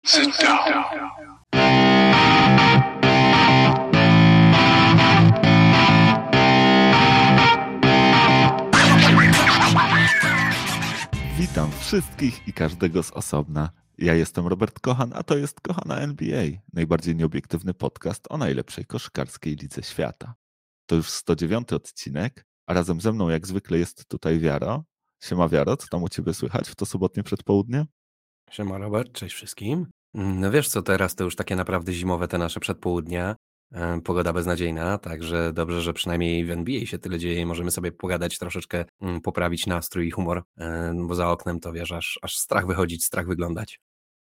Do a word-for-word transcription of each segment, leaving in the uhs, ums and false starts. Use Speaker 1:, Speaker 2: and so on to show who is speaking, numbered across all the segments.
Speaker 1: Sit down.
Speaker 2: Witam wszystkich i każdego z osobna. Ja jestem Robert Kochan, a to jest Kochana N B A, najbardziej nieobiektywny podcast o najlepszej koszykarskiej lidze świata. To już sto dziewiąty odcinek, a razem ze mną jak zwykle jest tutaj Wiaro. Siema Wiaro, co tam u Ciebie słychać w to sobotnie przedpołudnie?
Speaker 3: Siema Robert, cześć wszystkim. No wiesz co, teraz to już takie naprawdę zimowe te nasze przedpołudnia. E, Pogoda beznadziejna, także dobrze, że przynajmniej w N B A się tyle dzieje i możemy sobie pogadać, troszeczkę mm, poprawić nastrój i humor, e, bo za oknem to wiesz, aż, aż strach wychodzić, strach wyglądać.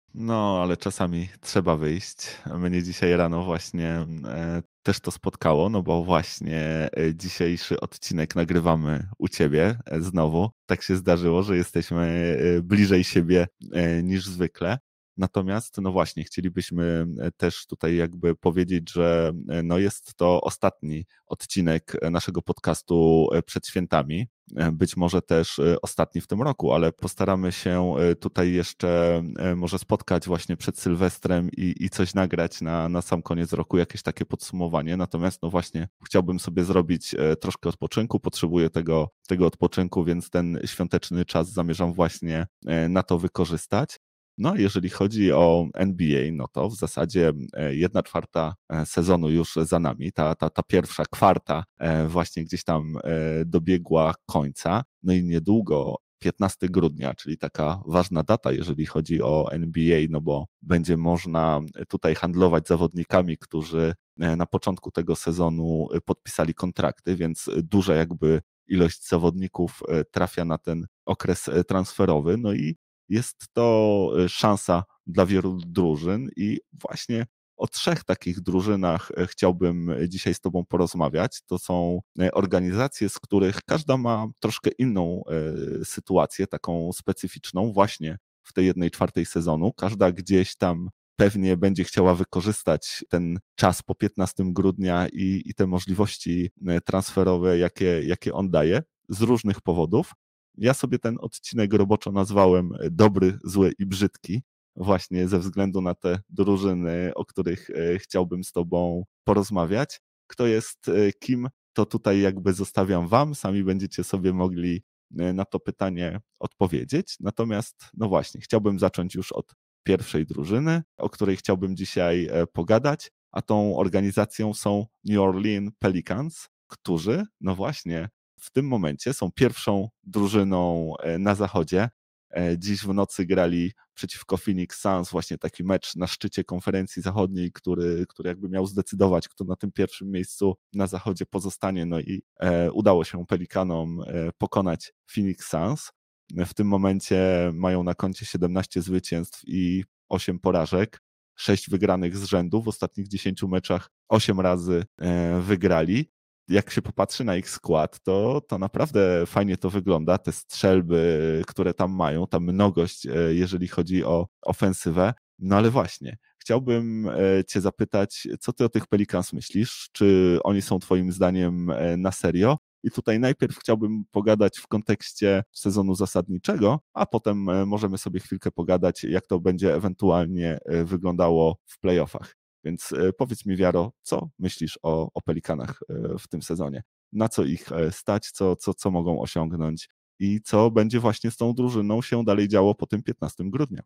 Speaker 2: No, ale czasami trzeba wyjść. Mnie dzisiaj rano właśnie e, też to spotkało, no bo właśnie e, dzisiejszy odcinek nagrywamy u Ciebie e, znowu. Tak się zdarzyło, że jesteśmy e, bliżej siebie e, niż zwykle. Natomiast, no właśnie, chcielibyśmy e, też tutaj jakby powiedzieć, że e, no jest to ostatni odcinek naszego podcastu e, przed świętami. E, Być może też e, ostatni w tym roku, ale postaramy się e, tutaj jeszcze e, może spotkać właśnie przed Sylwestrem i, i coś nagrać na, na sam koniec roku, jakieś takie podsumowanie. Natomiast no właśnie chciałbym sobie zrobić e, troszkę odpoczynku, potrzebuję tego, tego odpoczynku, więc ten świąteczny czas zamierzam właśnie e, na to wykorzystać. No, jeżeli chodzi o N B A, no to w zasadzie e, jedna czwarta e, sezonu już za nami, ta, ta, ta pierwsza kwarta e, właśnie gdzieś tam e, dobiegła końca, no i niedługo piętnastego grudnia, czyli taka ważna data, jeżeli chodzi o N B A, no bo będzie można tutaj handlować zawodnikami, którzy e, na początku tego sezonu e, podpisali kontrakty, więc duża jakby ilość zawodników e, trafia na ten okres e, transferowy, no i jest to e, szansa dla wielu drużyn i właśnie o trzech takich drużynach e, chciałbym dzisiaj z Tobą porozmawiać. To są e, organizacje, z których każda ma troszkę inną e, sytuację, taką specyficzną właśnie w tej jednej czwartej sezonu. Każda gdzieś tam pewnie będzie chciała wykorzystać ten czas po piętnastego grudnia i, i te możliwości e, transferowe, jakie, jakie on daje z różnych powodów. Ja sobie ten odcinek roboczo nazwałem Dobry, Zły i Brzydki, właśnie ze względu na te drużyny, o których e, chciałbym z Tobą porozmawiać. Kto jest e, kim, to tutaj jakby zostawiam Wam, sami będziecie sobie mogli e, na to pytanie odpowiedzieć. Natomiast, no właśnie, chciałbym zacząć już od pierwszej drużyny, o której chciałbym dzisiaj e, pogadać, a tą organizacją są New Orleans Pelicans, którzy, no właśnie, w tym momencie są pierwszą drużyną e, na zachodzie. E, Dziś w nocy grali przeciwko Phoenix Suns, właśnie taki mecz na szczycie konferencji zachodniej, który, który jakby miał zdecydować, kto na tym pierwszym miejscu na zachodzie pozostanie. No i e, udało się Pelikanom e, pokonać Phoenix Suns. W tym momencie mają na koncie siedemnaście zwycięstw i osiem porażek. sześć wygranych z rzędu. W ostatnich dziesięciu meczach osiem razy e, wygrali. Jak się popatrzy na ich skład, to, to naprawdę fajnie to wygląda. Te strzelby, które tam mają, ta mnogość, e, jeżeli chodzi o ofensywę. No ale właśnie, chciałbym e, Cię zapytać, co Ty o tych Pelicans myślisz? Czy oni są Twoim zdaniem e, na serio? I tutaj najpierw chciałbym pogadać w kontekście sezonu zasadniczego, a potem e, możemy sobie chwilkę pogadać, jak to będzie ewentualnie e, wyglądało w playoffach. Więc e, powiedz mi, Wiaro, co myślisz o, o Pelikanach e, w tym sezonie? Na co ich e, stać, co, co, co mogą osiągnąć i co będzie właśnie z tą drużyną się dalej działo po tym piętnastego grudnia?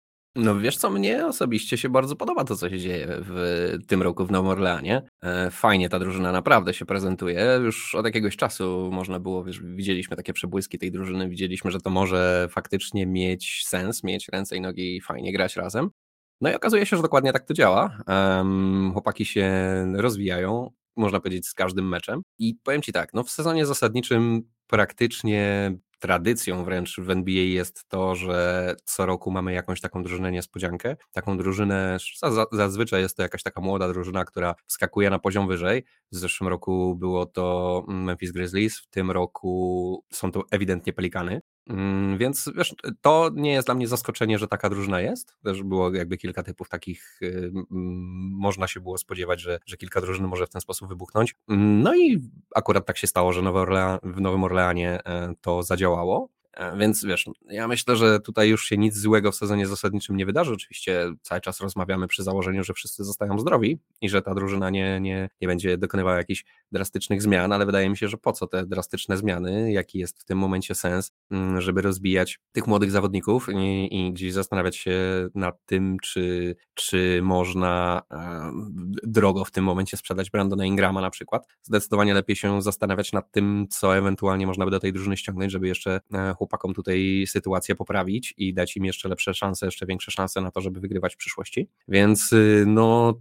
Speaker 3: No wiesz co, mnie osobiście się bardzo podoba to, co się dzieje w tym roku w Nowym Orleanie. E, Fajnie ta drużyna naprawdę się prezentuje. Już od jakiegoś czasu można było, wiesz, widzieliśmy takie przebłyski tej drużyny, widzieliśmy, że to może faktycznie mieć sens, mieć ręce i nogi i fajnie grać razem. No i okazuje się, że dokładnie tak to działa. Em, Chłopaki się rozwijają, można powiedzieć, z każdym meczem. I powiem Ci tak, no w sezonie zasadniczym praktycznie tradycją wręcz w N B A jest to, że co roku mamy jakąś taką drużynę niespodziankę. Taką drużynę, za- zazwyczaj jest to jakaś taka młoda drużyna, która wskakuje na poziom wyżej. W zeszłym roku było to Memphis Grizzlies, w tym roku są to ewidentnie Pelikany. Mm, Więc wiesz, to nie jest dla mnie zaskoczenie, że taka drużyna jest. Też było jakby kilka typów takich, y, mm, można się było spodziewać, że, że kilka drużyn może w ten sposób wybuchnąć. Mm, No i akurat tak się stało, że Nowy Orlean, w Nowym Orleanie e, to zadziałało. Więc wiesz, ja myślę, że tutaj już się nic złego w sezonie zasadniczym nie wydarzy. Oczywiście cały czas rozmawiamy przy założeniu, że wszyscy zostają zdrowi i że ta drużyna nie, nie, nie będzie dokonywała jakichś drastycznych zmian, ale wydaje mi się, że po co te drastyczne zmiany, jaki jest w tym momencie sens, żeby rozbijać tych młodych zawodników i, i gdzieś zastanawiać się nad tym, czy, czy można um, drogo w tym momencie sprzedać Brandona Ingrama na przykład. Zdecydowanie lepiej się zastanawiać nad tym, co ewentualnie można by do tej drużyny ściągnąć, żeby jeszcze chłopakom tutaj sytuację poprawić i dać im jeszcze lepsze szanse, jeszcze większe szanse na to, żeby wygrywać w przyszłości. Więc no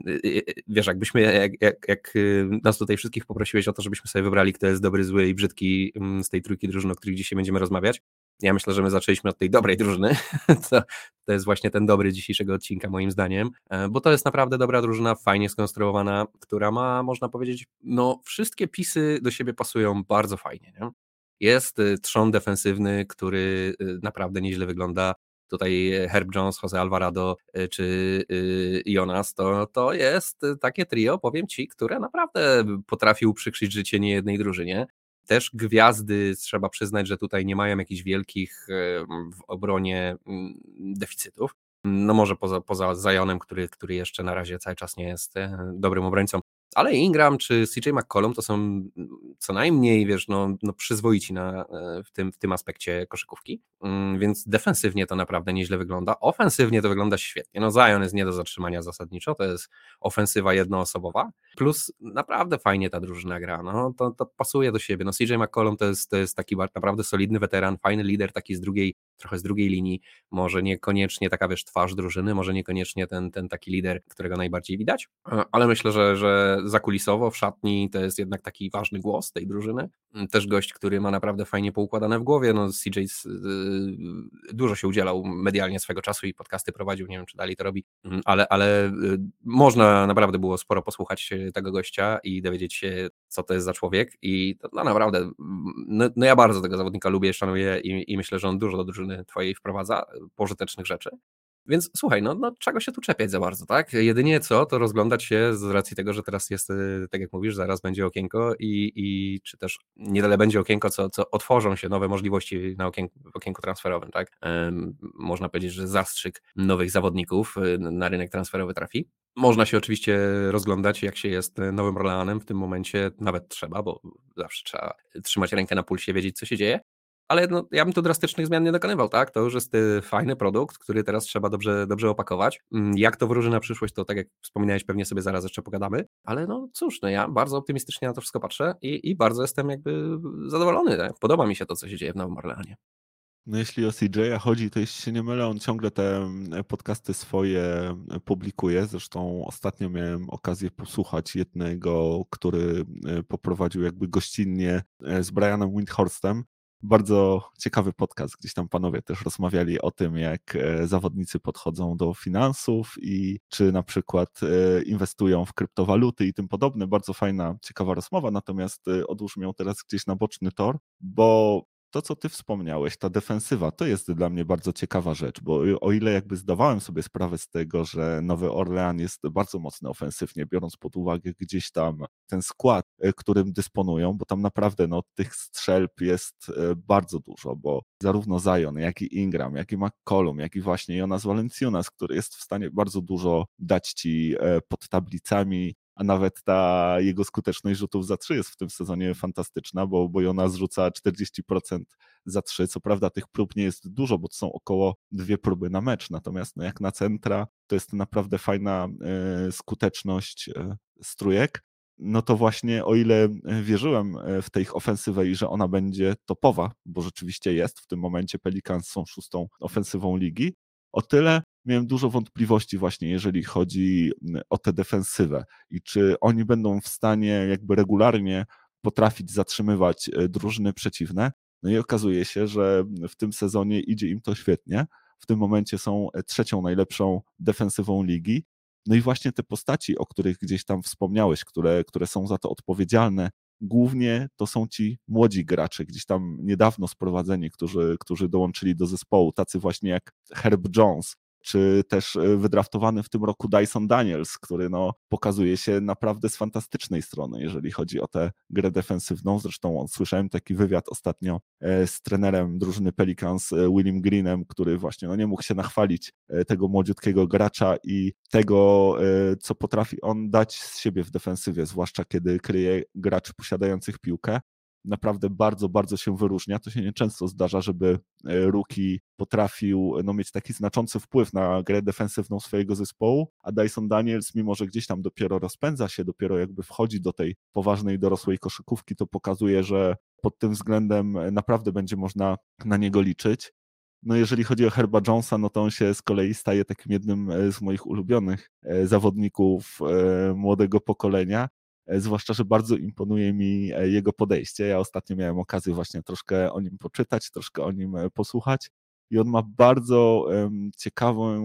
Speaker 3: wiesz, jakbyśmy, jak, jak, jak nas tutaj wszystkich poprosiłeś o to, żebyśmy sobie wybrali, kto jest dobry, zły i brzydki z tej trójki drużyn, o których dzisiaj będziemy rozmawiać, ja myślę, że my zaczęliśmy od tej dobrej drużyny. To, to jest właśnie ten dobry dzisiejszego odcinka moim zdaniem, bo to jest naprawdę dobra drużyna, fajnie skonstruowana, która ma, można powiedzieć, no wszystkie pisy do siebie pasują bardzo fajnie, nie? Jest trzon defensywny, który naprawdę nieźle wygląda. Tutaj Herb Jones, Jose Alvarado czy Jonas, to, to jest takie trio, powiem Ci, które naprawdę potrafi uprzykrzyć życie niejednej drużynie. Też gwiazdy, trzeba przyznać, że tutaj nie mają jakichś wielkich w obronie deficytów. No może poza, poza Zionem, który, który jeszcze na razie cały czas nie jest dobrym obrońcą. Ale Ingram czy C J McCollum to są co najmniej, wiesz, no, no przyzwoici na, w, tym, w tym aspekcie koszykówki, więc defensywnie to naprawdę nieźle wygląda, ofensywnie to wygląda świetnie, no Zion jest nie do zatrzymania zasadniczo, to jest ofensywa jednoosobowa, plus naprawdę fajnie ta drużyna gra, no to, to pasuje do siebie, no C J McCollum to jest, to jest taki naprawdę solidny weteran, fajny lider, taki z drugiej, trochę z drugiej linii, może niekoniecznie taka, wiesz, twarz drużyny, może niekoniecznie ten, ten taki lider, którego najbardziej widać, ale myślę, że, że zakulisowo w szatni to jest jednak taki ważny głos tej drużyny. Też gość, który ma naprawdę fajnie poukładane w głowie. No C J dużo się udzielał medialnie swego czasu i podcasty prowadził, nie wiem czy dalej to robi, ale, ale można naprawdę było sporo posłuchać tego gościa i dowiedzieć się, co to jest za człowiek i to, no naprawdę, no, no ja bardzo tego zawodnika lubię, szanuję i, i myślę, że on dużo do drużyny twojej wprowadza pożytecznych rzeczy. Więc słuchaj, no, no czego się tu czepiać za bardzo, tak? Jedynie co, to rozglądać się z racji tego, że teraz jest, tak jak mówisz, zaraz będzie okienko i, i czy też nie tyle będzie okienko, co, co otworzą się nowe możliwości na okienku, w okienku transferowym, tak? Um, można powiedzieć, że zastrzyk nowych zawodników na rynek transferowy trafi. Można się oczywiście rozglądać, jak się jest Nowym Orleanem w tym momencie, nawet trzeba, bo zawsze trzeba trzymać rękę na pulsie, wiedzieć, co się dzieje. Ale no, ja bym tu drastycznych zmian nie dokonywał, tak? To już jest fajny produkt, który teraz trzeba dobrze, dobrze opakować. Jak to wróży na przyszłość, to tak jak wspominałeś, pewnie sobie zaraz jeszcze pogadamy. Ale no cóż, no ja bardzo optymistycznie na to wszystko patrzę i, i bardzo jestem jakby zadowolony. Tak? Podoba mi się to, co się dzieje w Nowym Orleanie.
Speaker 2: No jeśli o C J a chodzi, to jeśli się nie mylę, on ciągle te podcasty swoje publikuje. Zresztą ostatnio miałem okazję posłuchać jednego, który poprowadził jakby gościnnie z Brianem Windhorstem. Bardzo ciekawy podcast, gdzieś tam panowie też rozmawiali o tym, jak zawodnicy podchodzą do finansów i czy na przykład inwestują w kryptowaluty i tym podobne. Bardzo fajna, ciekawa rozmowa, natomiast odłóżmy ją teraz gdzieś na boczny tor, bo to, co ty wspomniałeś, ta defensywa, to jest dla mnie bardzo ciekawa rzecz, bo o ile jakby zdawałem sobie sprawę z tego, że Nowy Orlean jest bardzo mocny ofensywnie, biorąc pod uwagę gdzieś tam ten skład, którym dysponują, bo tam naprawdę no, tych strzelb jest bardzo dużo, bo zarówno Zion, jak i Ingram, jak i McCollum, jak i właśnie Jonas Valanciunas, który jest w stanie bardzo dużo dać ci pod tablicami, a nawet ta jego skuteczność rzutów za trzy jest w tym sezonie fantastyczna, bo, bo Jonas rzuca czterdzieści procent za trzy. Co prawda tych prób nie jest dużo, bo to są około dwie próby na mecz, natomiast no jak na centra to jest naprawdę fajna y, skuteczność y, strójek. No to właśnie o ile wierzyłem w tej ich ofensywę i że ona będzie topowa, bo rzeczywiście jest, w tym momencie Pelicans są szóstą ofensywą ligi, o tyle miałem dużo wątpliwości właśnie, jeżeli chodzi o tę defensywę i czy oni będą w stanie jakby regularnie potrafić zatrzymywać drużyny przeciwne. No i okazuje się, że w tym sezonie idzie im to świetnie. W tym momencie są trzecią najlepszą defensywą ligi. No i właśnie te postaci, o których gdzieś tam wspomniałeś, które, które są za to odpowiedzialne, głównie to są ci młodzi gracze, gdzieś tam niedawno sprowadzeni, którzy, którzy dołączyli do zespołu, tacy właśnie jak Herb Jones, czy też wydraftowany w tym roku Dyson Daniels, który no, pokazuje się naprawdę z fantastycznej strony, jeżeli chodzi o tę grę defensywną. Zresztą słyszałem taki wywiad ostatnio z trenerem drużyny Pelicans, Willim Greenem, który właśnie no, nie mógł się nachwalić tego młodziutkiego gracza i tego, co potrafi on dać z siebie w defensywie, zwłaszcza kiedy kryje graczy posiadających piłkę. Naprawdę bardzo, bardzo się wyróżnia. To się nieczęsto zdarza, żeby rookie potrafił no, mieć taki znaczący wpływ na grę defensywną swojego zespołu, a Dyson Daniels, mimo że gdzieś tam dopiero rozpędza się, dopiero jakby wchodzi do tej poważnej, dorosłej koszykówki, to pokazuje, że pod tym względem naprawdę będzie można na niego liczyć. No jeżeli chodzi o Herba Jonesa, no to on się z kolei staje takim jednym z moich ulubionych zawodników młodego pokolenia, zwłaszcza, że bardzo imponuje mi jego podejście. Ja ostatnio miałem okazję właśnie troszkę o nim poczytać, troszkę o nim posłuchać i on ma bardzo ciekawą,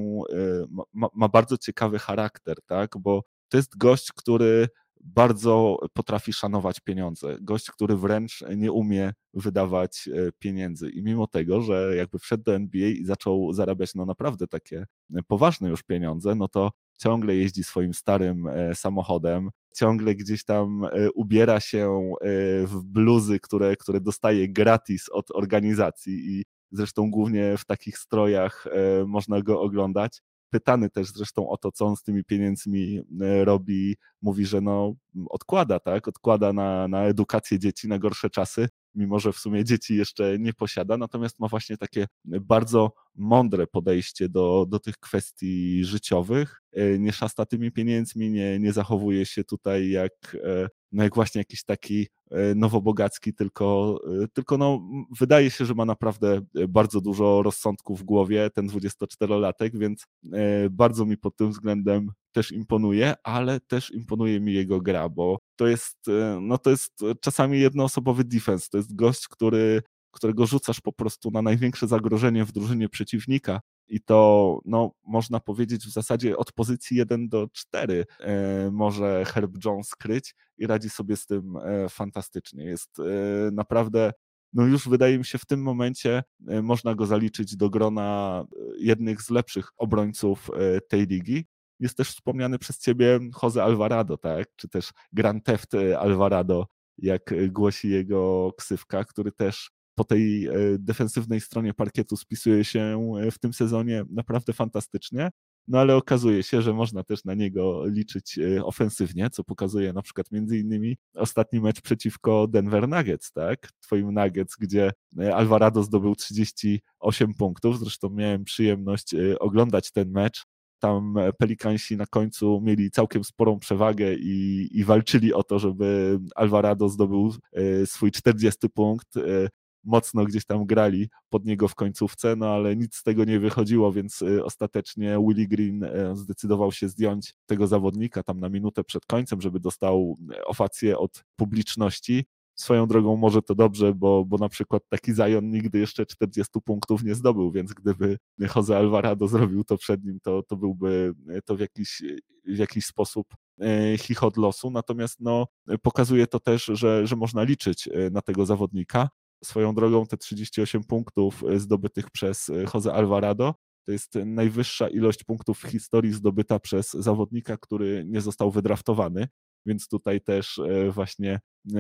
Speaker 2: ma, ma bardzo ciekawy charakter, tak, bo to jest gość, który bardzo potrafi szanować pieniądze. Gość, który wręcz nie umie wydawać pieniędzy i mimo tego, że jakby wszedł do N B A i zaczął zarabiać no naprawdę takie poważne już pieniądze, no to ciągle jeździ swoim starym samochodem, ciągle gdzieś tam ubiera się w bluzy, które, które dostaje gratis od organizacji i zresztą głównie w takich strojach można go oglądać. Pytany też zresztą o to, co on z tymi pieniędzmi robi, mówi, że no odkłada, tak? Odkłada na, na edukację dzieci, na gorsze czasy, mimo że w sumie dzieci jeszcze nie posiada, natomiast ma właśnie takie bardzo mądre podejście do, do tych kwestii życiowych. Nie szasta tymi pieniędzmi, nie, nie zachowuje się tutaj jak, no jak właśnie jakiś taki nowobogacki, tylko, tylko no, wydaje się, że ma naprawdę bardzo dużo rozsądku w głowie, ten dwudziestoczterolatek, więc bardzo mi pod tym względem też imponuje, ale też imponuje mi jego gra, bo to jest, no to jest czasami jednoosobowy defense, to jest gość, który, którego rzucasz po prostu na największe zagrożenie w drużynie przeciwnika i to, no, można powiedzieć w zasadzie od pozycji jeden do czterech e, może Herb Jones kryć i radzi sobie z tym e, fantastycznie. Jest e, naprawdę, no już wydaje mi się w tym momencie e, można go zaliczyć do grona jednych z lepszych obrońców e, tej ligi. Jest też wspomniany przez ciebie Jose Alvarado, tak? Czy też Grand Theft Alvarado, jak głosi jego ksywka, który też po tej defensywnej stronie parkietu spisuje się w tym sezonie naprawdę fantastycznie, no ale okazuje się, że można też na niego liczyć ofensywnie, co pokazuje na przykład między innymi ostatni mecz przeciwko Denver Nuggets, tak? Twoim Nuggets, gdzie Alvarado zdobył trzydzieści osiem punktów, zresztą miałem przyjemność oglądać ten mecz. Tam Pelikansi na końcu mieli całkiem sporą przewagę i, i walczyli o to, żeby Alvarado zdobył swój czterdziesty punkt. Mocno gdzieś tam grali pod niego w końcówce, no ale nic z tego nie wychodziło, więc ostatecznie Willie Green zdecydował się zdjąć tego zawodnika tam na minutę przed końcem, żeby dostał owację od publiczności. Swoją drogą może to dobrze, bo, bo na przykład taki Zion nigdy jeszcze czterdziestu punktów nie zdobył, więc gdyby Jose Alvarado zrobił to przed nim, to, to byłby to w jakiś, w jakiś sposób chichot losu. Natomiast no, pokazuje to też, że, że można liczyć na tego zawodnika. Swoją drogą te trzydzieści osiem punktów zdobytych przez Jose Alvarado to jest najwyższa ilość punktów w historii zdobyta przez zawodnika, który nie został wydraftowany, więc tutaj też właśnie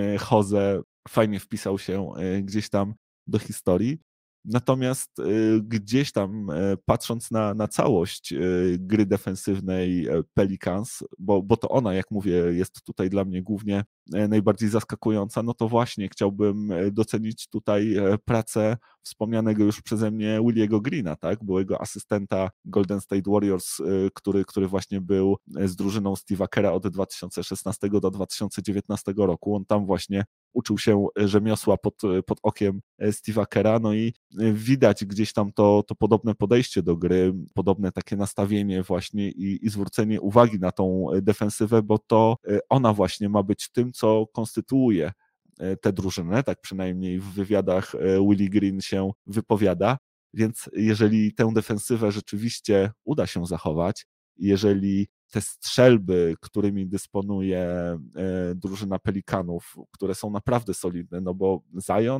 Speaker 2: Jose fajnie wpisał się gdzieś tam do historii. Natomiast gdzieś tam patrząc na, na całość gry defensywnej Pelicans, bo, bo to ona, jak mówię, jest tutaj dla mnie głównie najbardziej zaskakująca, no to właśnie chciałbym docenić tutaj pracę wspomnianego już przeze mnie Williego Greena, tak, byłego asystenta Golden State Warriors, który, który właśnie był z drużyną Steve'a Kerra od dwa tysiące szesnastego do dwa tysiące dziewiętnastego roku. On tam właśnie uczył się rzemiosła pod, pod okiem Steve'a Kerra, no i widać gdzieś tam to, to podobne podejście do gry, podobne takie nastawienie właśnie i, i zwrócenie uwagi na tą defensywę, bo to ona właśnie ma być tym, co konstytuuje tę drużynę, tak przynajmniej w wywiadach Willie Green się wypowiada, więc jeżeli tę defensywę rzeczywiście uda się zachować, jeżeli te strzelby, którymi dysponuje drużyna Pelikanów, które są naprawdę solidne, no bo Zion,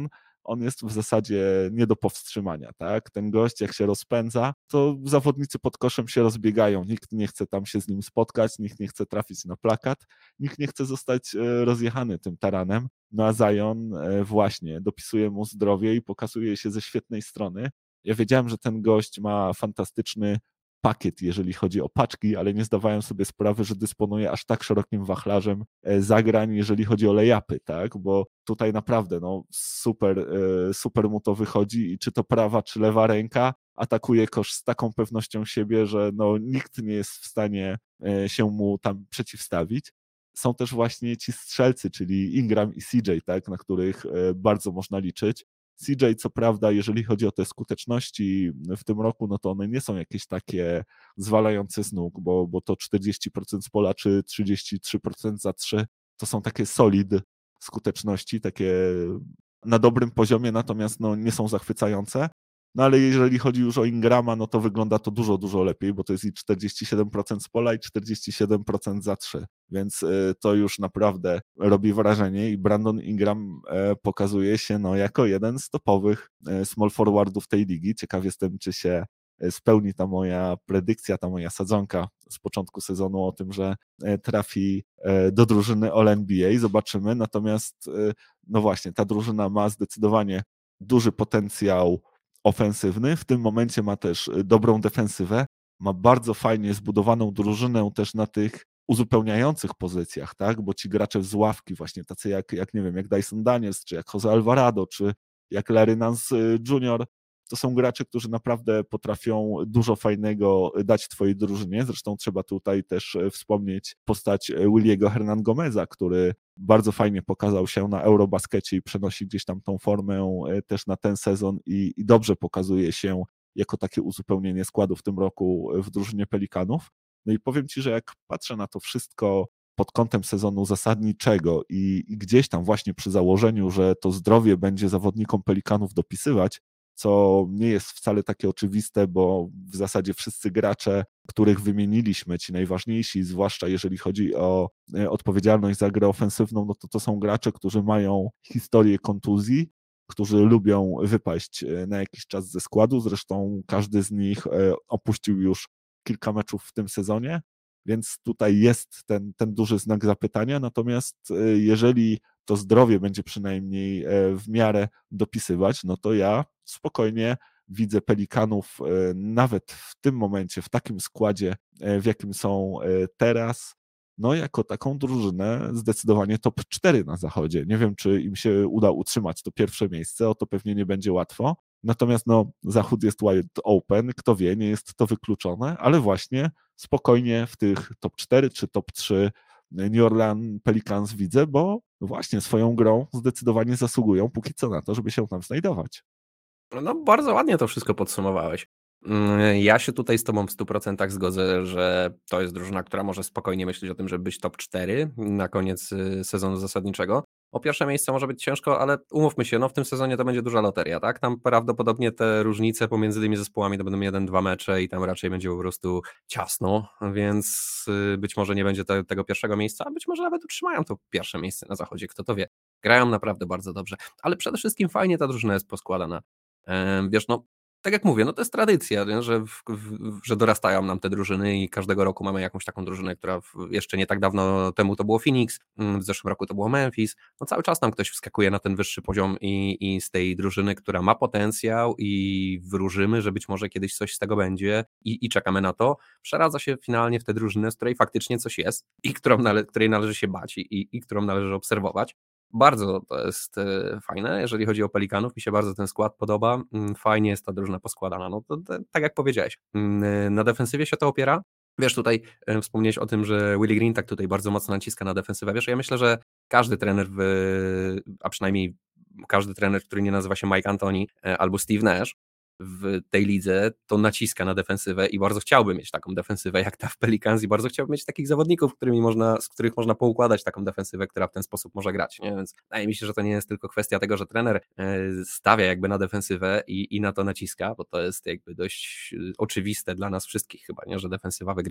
Speaker 2: on jest w zasadzie nie do powstrzymania, tak? Ten gość jak się rozpędza, to zawodnicy pod koszem się rozbiegają, nikt nie chce tam się z nim spotkać, nikt nie chce trafić na plakat, nikt nie chce zostać rozjechany tym taranem, no a Zion właśnie dopisuje mu zdrowie i pokazuje się ze świetnej strony. Ja wiedziałem, że ten gość ma fantastyczny pakiet, jeżeli chodzi o paczki, ale nie zdawałem sobie sprawy, że dysponuje aż tak szerokim wachlarzem zagrań, jeżeli chodzi o layupy, tak? Bo tutaj naprawdę no, super, super mu to wychodzi i czy to prawa, czy lewa ręka atakuje kosz z taką pewnością siebie, że no, nikt nie jest w stanie się mu tam przeciwstawić. Są też właśnie ci strzelcy, czyli Ingram i C J, tak, na których bardzo można liczyć. C J, co prawda, jeżeli chodzi o te skuteczności w tym roku, no to one nie są jakieś takie zwalające z nóg, bo, bo to czterdzieści procent z pola czy trzydzieści trzy procent za trzy, to są takie solid skuteczności, takie na dobrym poziomie, natomiast no, nie są zachwycające. No ale jeżeli chodzi już o Ingrama, no to wygląda to dużo, dużo lepiej, bo to jest i czterdzieści siedem procent z pola i czterdzieści siedem procent za trzy, więc to już naprawdę robi wrażenie i Brandon Ingram pokazuje się no, jako jeden z topowych small forwardów tej ligi. Ciekaw jestem, czy się spełni ta moja predykcja, ta moja sadzonka z początku sezonu o tym, że trafi do drużyny All N B A. Zobaczymy, natomiast no właśnie, ta drużyna ma zdecydowanie duży potencjał ofensywny, w tym momencie ma też dobrą defensywę, ma bardzo fajnie zbudowaną drużynę też na tych uzupełniających pozycjach, tak, bo ci gracze z ławki właśnie tacy jak, jak nie wiem, jak Dyson Daniels, czy jak Jose Alvarado, czy jak Larry Nance junior, to są gracze, którzy naprawdę potrafią dużo fajnego dać twojej drużynie. Zresztą trzeba tutaj też wspomnieć postać Williego Hernan Gomeza, który bardzo fajnie pokazał się na Eurobaskecie i przenosi gdzieś tam tą formę też na ten sezon i, i dobrze pokazuje się jako takie uzupełnienie składu w tym roku w drużynie Pelikanów. No i powiem ci, że jak patrzę na to wszystko pod kątem sezonu zasadniczego i, i gdzieś tam właśnie przy założeniu, że to zdrowie będzie zawodnikom Pelikanów dopisywać, co nie jest wcale takie oczywiste, bo w zasadzie wszyscy gracze, których wymieniliśmy, ci najważniejsi, zwłaszcza jeżeli chodzi o odpowiedzialność za grę ofensywną, no to to są gracze, którzy mają historię kontuzji, którzy lubią wypaść na jakiś czas ze składu, zresztą każdy z nich opuścił już kilka meczów w tym sezonie, więc tutaj jest ten, ten duży znak zapytania, natomiast jeżeli to zdrowie będzie przynajmniej w miarę dopisywać, no to ja spokojnie widzę Pelikanów nawet w tym momencie, w takim składzie, w jakim są teraz, no jako taką drużynę zdecydowanie top cztery na zachodzie. Nie wiem, czy im się uda utrzymać to pierwsze miejsce, o to pewnie nie będzie łatwo. Natomiast no, zachód jest wide open, kto wie, nie jest to wykluczone, ale właśnie spokojnie w tych top cztery czy top trzy New Orleans Pelicans widzę, bo właśnie swoją grą zdecydowanie zasługują póki co na to, żeby się tam znajdować.
Speaker 3: No bardzo ładnie to wszystko podsumowałeś. Ja się tutaj z tobą w stu procentach zgodzę, że to jest drużyna, która może spokojnie myśleć o tym, żeby być top cztery na koniec sezonu zasadniczego. O pierwsze miejsce może być ciężko, ale umówmy się, no w tym sezonie to będzie duża loteria, tak? Tam prawdopodobnie te różnice pomiędzy tymi zespołami to będą jeden, dwa mecze i tam raczej będzie po prostu ciasno, więc być może nie będzie te, tego pierwszego miejsca, a być może nawet utrzymają to pierwsze miejsce na zachodzie, kto to wie. Grają naprawdę bardzo dobrze, ale przede wszystkim fajnie ta drużyna jest poskładana. Wiesz, no tak jak mówię, no to jest tradycja, nie? Że, w, w, że dorastają nam te drużyny i każdego roku mamy jakąś taką drużynę, która w, jeszcze nie tak dawno temu to było Phoenix, w zeszłym roku to było Memphis, no cały czas nam ktoś wskakuje na ten wyższy poziom i, i z tej drużyny, która ma potencjał i wróżymy, że być może kiedyś coś z tego będzie i, i czekamy na to, przeradza się finalnie w tę drużynę, z której faktycznie coś jest i którą nale, której należy się bać i, i, i którą należy obserwować. Bardzo to jest fajne, jeżeli chodzi o Pelikanów, mi się bardzo ten skład podoba, fajnie jest ta drużyna poskładana, no to, to tak jak powiedziałeś, na defensywie się to opiera, wiesz, tutaj wspomniałeś o tym, że Willie Green tak tutaj bardzo mocno naciska na defensywę, wiesz, ja myślę, że każdy trener, w, a przynajmniej każdy trener, który nie nazywa się Mike Anthony albo Steve Nash w tej lidze, to naciska na defensywę i bardzo chciałby mieć taką defensywę jak ta w Pelicans i bardzo chciałby mieć takich zawodników, którymi można, z których można poukładać taką defensywę, która w ten sposób może grać, nie? Więc wydaje mi się, że to nie jest tylko kwestia tego, że trener stawia jakby na defensywę i, i na to naciska, bo to jest jakby dość oczywiste dla nas wszystkich chyba, nie? Że defensywa wygrywa,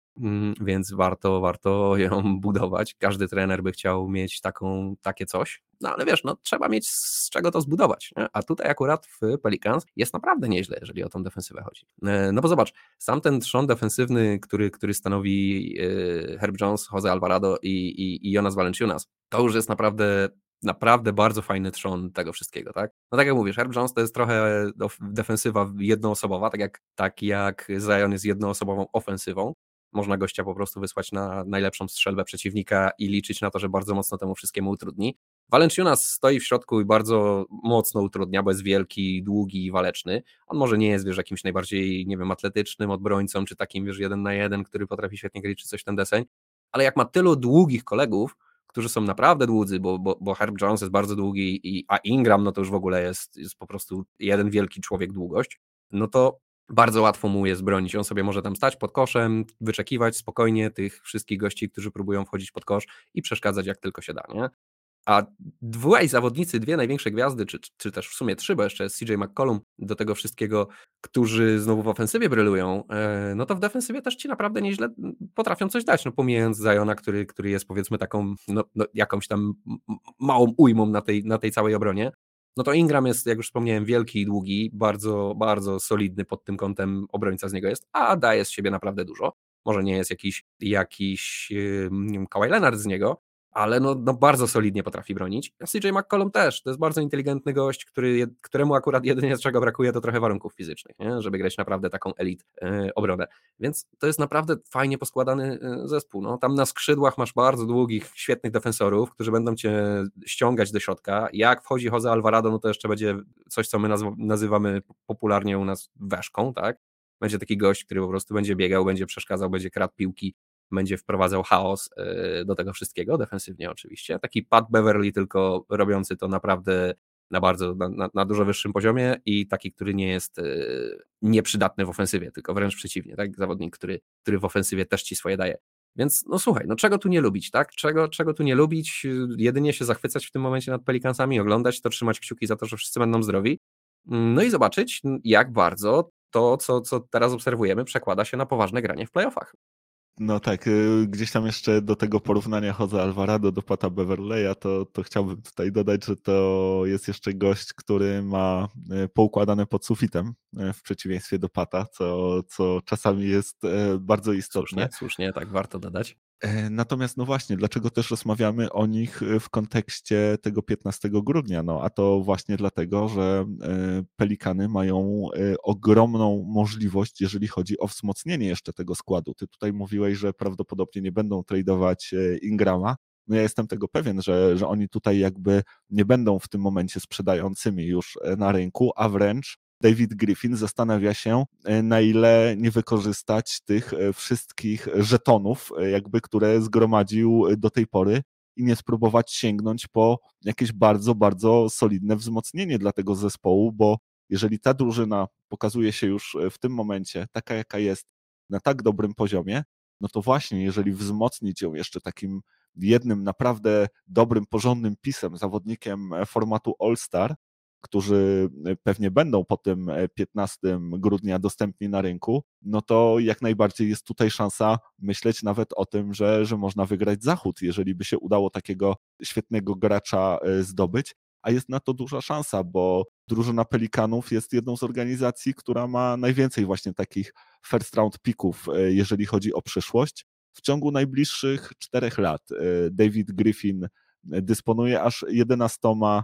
Speaker 3: mm, więc warto, warto ją budować. Każdy trener by chciał mieć taką, takie coś, no ale wiesz, no trzeba mieć z czego to zbudować, nie? A tutaj akurat w Pelicans jest naprawdę nieźle, jeżeli o tą defensywę chodzi. E, No bo zobacz, sam ten trzon defensywny, który, który stanowi e, Herb Jones, Jose Alvarado i, i, i Jonas Valanciunas, to już jest naprawdę naprawdę bardzo fajny trzon tego wszystkiego, tak? No tak jak mówisz, Herb Jones to jest trochę defensywa jednoosobowa, tak jak, tak jak Zion jest jednoosobową ofensywą. Można gościa po prostu wysłać na najlepszą strzelbę przeciwnika i liczyć na to, że bardzo mocno temu wszystkiemu utrudni. Valanciunas stoi w środku i bardzo mocno utrudnia, bo jest wielki, długi i waleczny. On może nie jest, wiesz, jakimś najbardziej, nie wiem, atletycznym obrońcą, czy takim, wiesz, jeden na jeden, który potrafi świetnie grać, czy coś ten deseń, ale jak ma tylu długich kolegów, którzy są naprawdę dłudzy, bo, bo, bo Herb Jones jest bardzo długi, i, a Ingram no to już w ogóle jest, jest po prostu jeden wielki człowiek długość, no to bardzo łatwo mu jest bronić. On sobie może tam stać pod koszem, wyczekiwać spokojnie tych wszystkich gości, którzy próbują wchodzić pod kosz i przeszkadzać jak tylko się da, nie? A dwaj zawodnicy, dwie największe gwiazdy, czy, czy też w sumie trzy, bo jeszcze jest C J McCollum do tego wszystkiego, którzy znowu w ofensywie brylują, no to w defensywie też ci naprawdę nieźle potrafią coś dać, no pomijając Ziona, który, który jest powiedzmy taką no, no, jakąś tam małą ujmą na tej, na tej całej obronie. No to Ingram jest, jak już wspomniałem, wielki i długi, bardzo, bardzo solidny pod tym kątem obrońca z niego jest, a daje z siebie naprawdę dużo. Może nie jest jakiś, jakiś yy, Kawhi Leonard z niego, ale no, no bardzo solidnie potrafi bronić. A C J McCollum też, to jest bardzo inteligentny gość, który, któremu akurat jedynie czego brakuje, to trochę warunków fizycznych, nie? Żeby grać naprawdę taką elit yy, obronę. Więc to jest naprawdę fajnie poskładany yy, zespół. No, tam na skrzydłach masz bardzo długich, świetnych defensorów, którzy będą cię ściągać do środka. Jak wchodzi Jose Alvarado, no to jeszcze będzie coś, co my nazw- nazywamy popularnie u nas weszką, tak? Będzie taki gość, który po prostu będzie biegał, będzie przeszkadzał, będzie kradł piłki, będzie wprowadzał chaos do tego wszystkiego, defensywnie oczywiście. Taki Pat Beverly, tylko robiący to naprawdę na bardzo, na, na dużo wyższym poziomie i taki, który nie jest nieprzydatny w ofensywie, tylko wręcz przeciwnie, tak? Zawodnik, który, który w ofensywie też ci swoje daje. Więc no słuchaj, no czego tu nie lubić, tak? Czego, czego tu nie lubić? Jedynie się zachwycać w tym momencie nad Pelicansami, oglądać to, trzymać kciuki za to, że wszyscy będą zdrowi, no i zobaczyć, jak bardzo to, co, co teraz obserwujemy, przekłada się na poważne granie w playoffach.
Speaker 2: No tak, gdzieś tam jeszcze do tego porównania Jose Alvarado do Pata Beverleya, to, to chciałbym tutaj dodać, że to jest jeszcze gość, który ma poukładane pod sufitem, w przeciwieństwie do Pata, co, co czasami jest bardzo istotne.
Speaker 3: Słusznie, słusznie, tak warto dodać.
Speaker 2: Natomiast no właśnie, dlaczego też rozmawiamy o nich w kontekście tego piętnastego grudnia? No a to właśnie dlatego, że Pelikany mają ogromną możliwość, jeżeli chodzi o wzmocnienie jeszcze tego składu. Ty tutaj mówiłeś, że prawdopodobnie nie będą tradeować Ingrama. No ja jestem tego pewien, że, że oni tutaj jakby nie będą w tym momencie sprzedającymi już na rynku, a wręcz David Griffin zastanawia się, na ile nie wykorzystać tych wszystkich żetonów, jakby, które zgromadził do tej pory i nie spróbować sięgnąć po jakieś bardzo, bardzo solidne wzmocnienie dla tego zespołu, bo jeżeli ta drużyna pokazuje się już w tym momencie taka, jaka jest, na tak dobrym poziomie, no to właśnie, jeżeli wzmocnić ją jeszcze takim jednym naprawdę dobrym, porządnym pisem, zawodnikiem formatu All-Star, którzy pewnie będą po tym piętnastego grudnia dostępni na rynku, no to jak najbardziej jest tutaj szansa myśleć nawet o tym, że, że można wygrać Zachód, jeżeli by się udało takiego świetnego gracza zdobyć, a jest na to duża szansa, bo drużyna Pelikanów jest jedną z organizacji, która ma najwięcej właśnie takich first round picków, jeżeli chodzi o przyszłość. W ciągu najbliższych czterech lat David Griffin dysponuje aż jedenastoma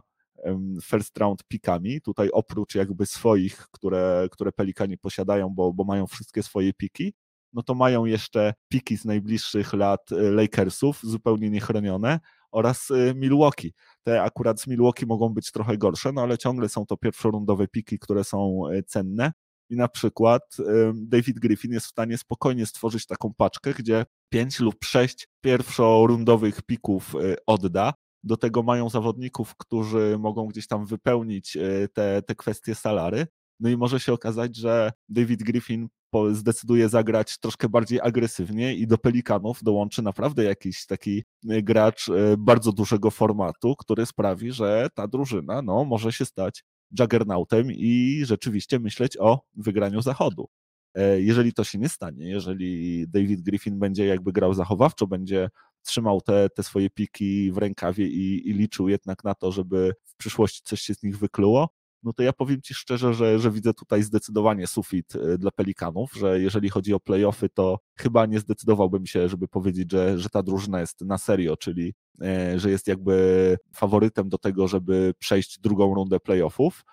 Speaker 2: first round pikami, tutaj oprócz jakby swoich, które, które Pelikani posiadają, bo, bo mają wszystkie swoje piki, no to mają jeszcze piki z najbliższych lat Lakersów, zupełnie niechronione, oraz Milwaukee. Te akurat z Milwaukee mogą być trochę gorsze, no ale ciągle są to pierwszorundowe piki, które są cenne i na przykład David Griffin jest w stanie spokojnie stworzyć taką paczkę, gdzie pięć lub sześć pierwszorundowych pików odda. Do tego mają zawodników, którzy mogą gdzieś tam wypełnić te, te kwestie salary. No i może się okazać, że David Griffin zdecyduje zagrać troszkę bardziej agresywnie i do Pelikanów dołączy naprawdę jakiś taki gracz bardzo dużego formatu, który sprawi, że ta drużyna no, może się stać juggernautem i rzeczywiście myśleć o wygraniu Zachodu. Jeżeli to się nie stanie, jeżeli David Griffin będzie jakby grał zachowawczo, będzie trzymał te, te swoje piki w rękawie i, i liczył jednak na to, żeby w przyszłości coś się z nich wykluło, no to ja powiem Ci szczerze, że, że widzę tutaj zdecydowanie sufit dla Pelikanów, że jeżeli chodzi o playoffy, to chyba nie zdecydowałbym się, żeby powiedzieć, że, że ta drużyna jest na serio, czyli że jest jakby faworytem do tego, żeby przejść drugą rundę playoffów.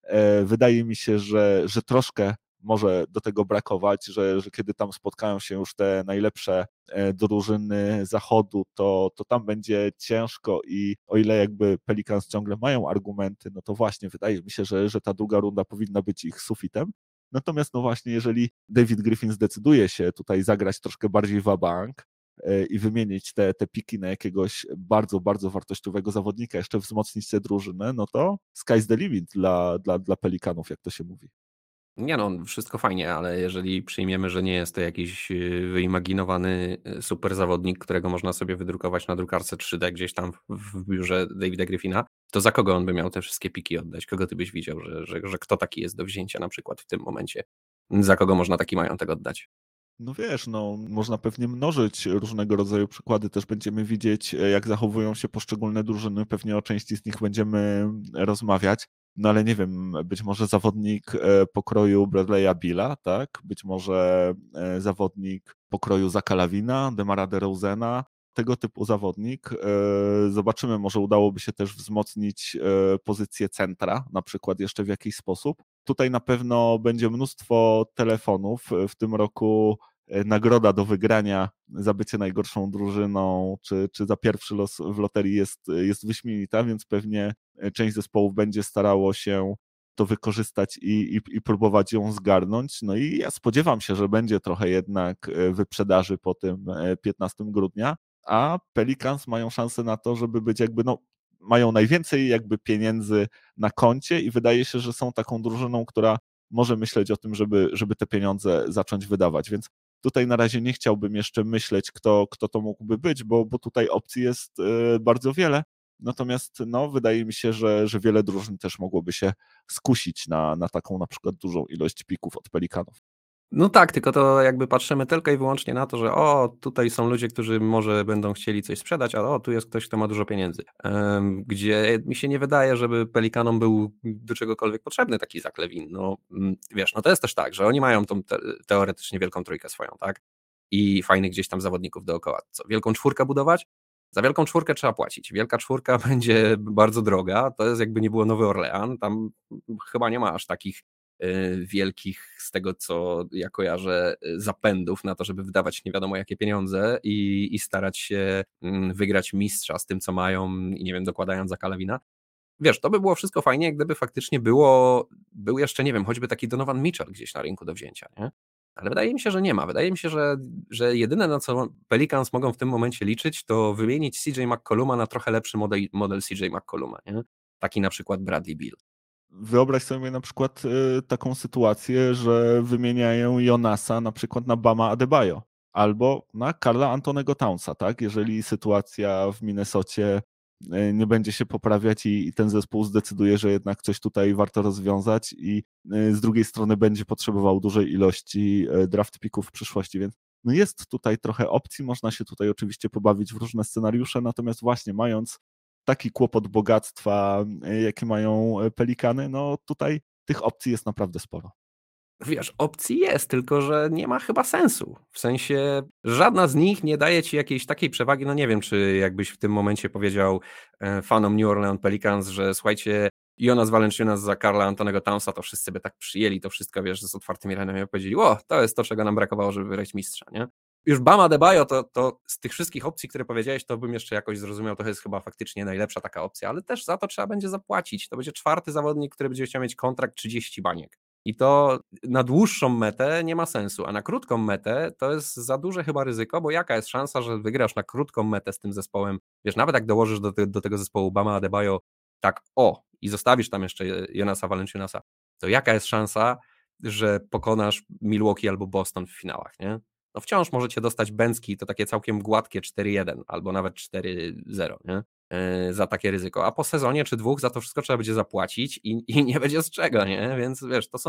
Speaker 2: Wydaje mi się, że, że troszkę może do tego brakować, że, że kiedy tam spotkają się już te najlepsze drużyny zachodu, to, to tam będzie ciężko i o ile jakby Pelicans ciągle mają argumenty, no to właśnie wydaje mi się, że, że ta druga runda powinna być ich sufitem. Natomiast no właśnie, jeżeli David Griffin zdecyduje się tutaj zagrać troszkę bardziej wabank i wymienić te, te piki na jakiegoś bardzo, bardzo wartościowego zawodnika, jeszcze wzmocnić tę drużynę, no to sky's the limit dla, dla, dla Pelikanów, jak to się mówi.
Speaker 3: Nie no, wszystko fajnie, ale jeżeli przyjmiemy, że nie jest to jakiś wyimaginowany super zawodnik, którego można sobie wydrukować na drukarce trzy D gdzieś tam w biurze Davida Griffina, to za kogo on by miał te wszystkie piki oddać? Kogo ty byś widział, że, że, że kto taki jest do wzięcia na przykład w tym momencie? Za kogo można taki majątek oddać?
Speaker 2: No wiesz, no można pewnie mnożyć różnego rodzaju przykłady, też będziemy widzieć, jak zachowują się poszczególne drużyny, pewnie o części z nich będziemy rozmawiać, no ale nie wiem, być może zawodnik pokroju Bradley'a Billa, tak, być może zawodnik pokroju Zaka Lavina, Demara DeRozana, tego typu zawodnik. Zobaczymy, może udałoby się też wzmocnić pozycję centra, na przykład jeszcze w jakiś sposób. Tutaj na pewno będzie mnóstwo telefonów. W tym roku nagroda do wygrania za bycie najgorszą drużyną, czy, czy za pierwszy los w loterii jest, jest wyśmienita, więc pewnie część zespołów będzie starało się to wykorzystać i, i, i próbować ją zgarnąć. No i ja spodziewam się, że będzie trochę jednak wyprzedaży po tym piętnastego grudnia, a Pelicans mają szansę na to, żeby być jakby, no, mają najwięcej jakby pieniędzy na koncie i wydaje się, że są taką drużyną, która może myśleć o tym, żeby, żeby te pieniądze zacząć wydawać, więc tutaj na razie nie chciałbym jeszcze myśleć, kto, kto to mógłby być, bo, bo tutaj opcji jest bardzo wiele, natomiast no, wydaje mi się, że, że wiele drużyn też mogłoby się skusić na, na taką na przykład dużą ilość pików od Pelikanów.
Speaker 3: No tak, tylko to jakby patrzymy tylko i wyłącznie na to, że o, tutaj są ludzie, którzy może będą chcieli coś sprzedać, ale o, tu jest ktoś, kto ma dużo pieniędzy. Um, gdzie mi się nie wydaje, żeby Pelikanom był do czegokolwiek potrzebny taki Zach LaVine. No wiesz, no to jest też tak, że oni mają tą te, teoretycznie wielką trójkę swoją, tak? I fajnych gdzieś tam zawodników dookoła. Co, wielką czwórkę budować? Za wielką czwórkę trzeba płacić. Wielka czwórka będzie bardzo droga, to jest jakby nie było Nowy Orlean, tam chyba nie ma aż takich wielkich, z tego co ja kojarzę, zapędów na to, żeby wydawać nie wiadomo jakie pieniądze i, i starać się wygrać mistrza z tym, co mają i nie wiem, dokładając Zaka LaVina. Wiesz, to by było wszystko fajnie, gdyby faktycznie było, był jeszcze, nie wiem, choćby taki Donovan Mitchell gdzieś na rynku do wzięcia, nie? Ale wydaje mi się, że nie ma. Wydaje mi się, że, że jedyne, na co Pelicans mogą w tym momencie liczyć, to wymienić C J McColluma na trochę lepszy model, model C J McColluma, nie? Taki na przykład Bradley Beal.
Speaker 2: Wyobraź sobie na przykład y, taką sytuację, że wymieniają Jonasa na przykład na Bama Adebayo albo na Karla Antonego Townsa, tak? Jeżeli sytuacja w Minnesocie y, nie będzie się poprawiać i, i ten zespół zdecyduje, że jednak coś tutaj warto rozwiązać i y, z drugiej strony będzie potrzebował dużej ilości y, draft picków w przyszłości, więc no jest tutaj trochę opcji, można się tutaj oczywiście pobawić w różne scenariusze, natomiast właśnie mając taki kłopot bogactwa, jaki mają Pelikany, no tutaj tych opcji jest naprawdę sporo.
Speaker 3: Wiesz, opcji jest, tylko że nie ma chyba sensu. W sensie żadna z nich nie daje ci jakiejś takiej przewagi. No nie wiem, czy jakbyś w tym momencie powiedział fanom New Orleans Pelicans, że słuchajcie, Jonas Valanciunas za Karla Antonego Townsa, to wszyscy by tak przyjęli to wszystko, wiesz, z otwartymi ranami i powiedzieli, o, to jest to, czego nam brakowało, żeby wygrać mistrza, nie? Już Bam Adebayo, to, to z tych wszystkich opcji, które powiedziałeś, to bym jeszcze jakoś zrozumiał, to jest chyba faktycznie najlepsza taka opcja, ale też za to trzeba będzie zapłacić. To będzie czwarty zawodnik, który będzie chciał mieć kontrakt trzydzieści baniek. I to na dłuższą metę nie ma sensu, a na krótką metę to jest za duże chyba ryzyko, bo jaka jest szansa, że wygrasz na krótką metę z tym zespołem, wiesz, nawet jak dołożysz do, te, do tego zespołu Bama Adebayo tak o i zostawisz tam jeszcze Jonasa Valanciunasa, to jaka jest szansa, że pokonasz Milwaukee albo Boston w finałach, nie? No wciąż możecie dostać bęcki, to takie całkiem gładkie cztery jeden albo nawet cztery zero, nie? Yy, za takie ryzyko, a po sezonie czy dwóch za to wszystko trzeba będzie zapłacić i, i nie będzie z czego, nie? Więc wiesz, to są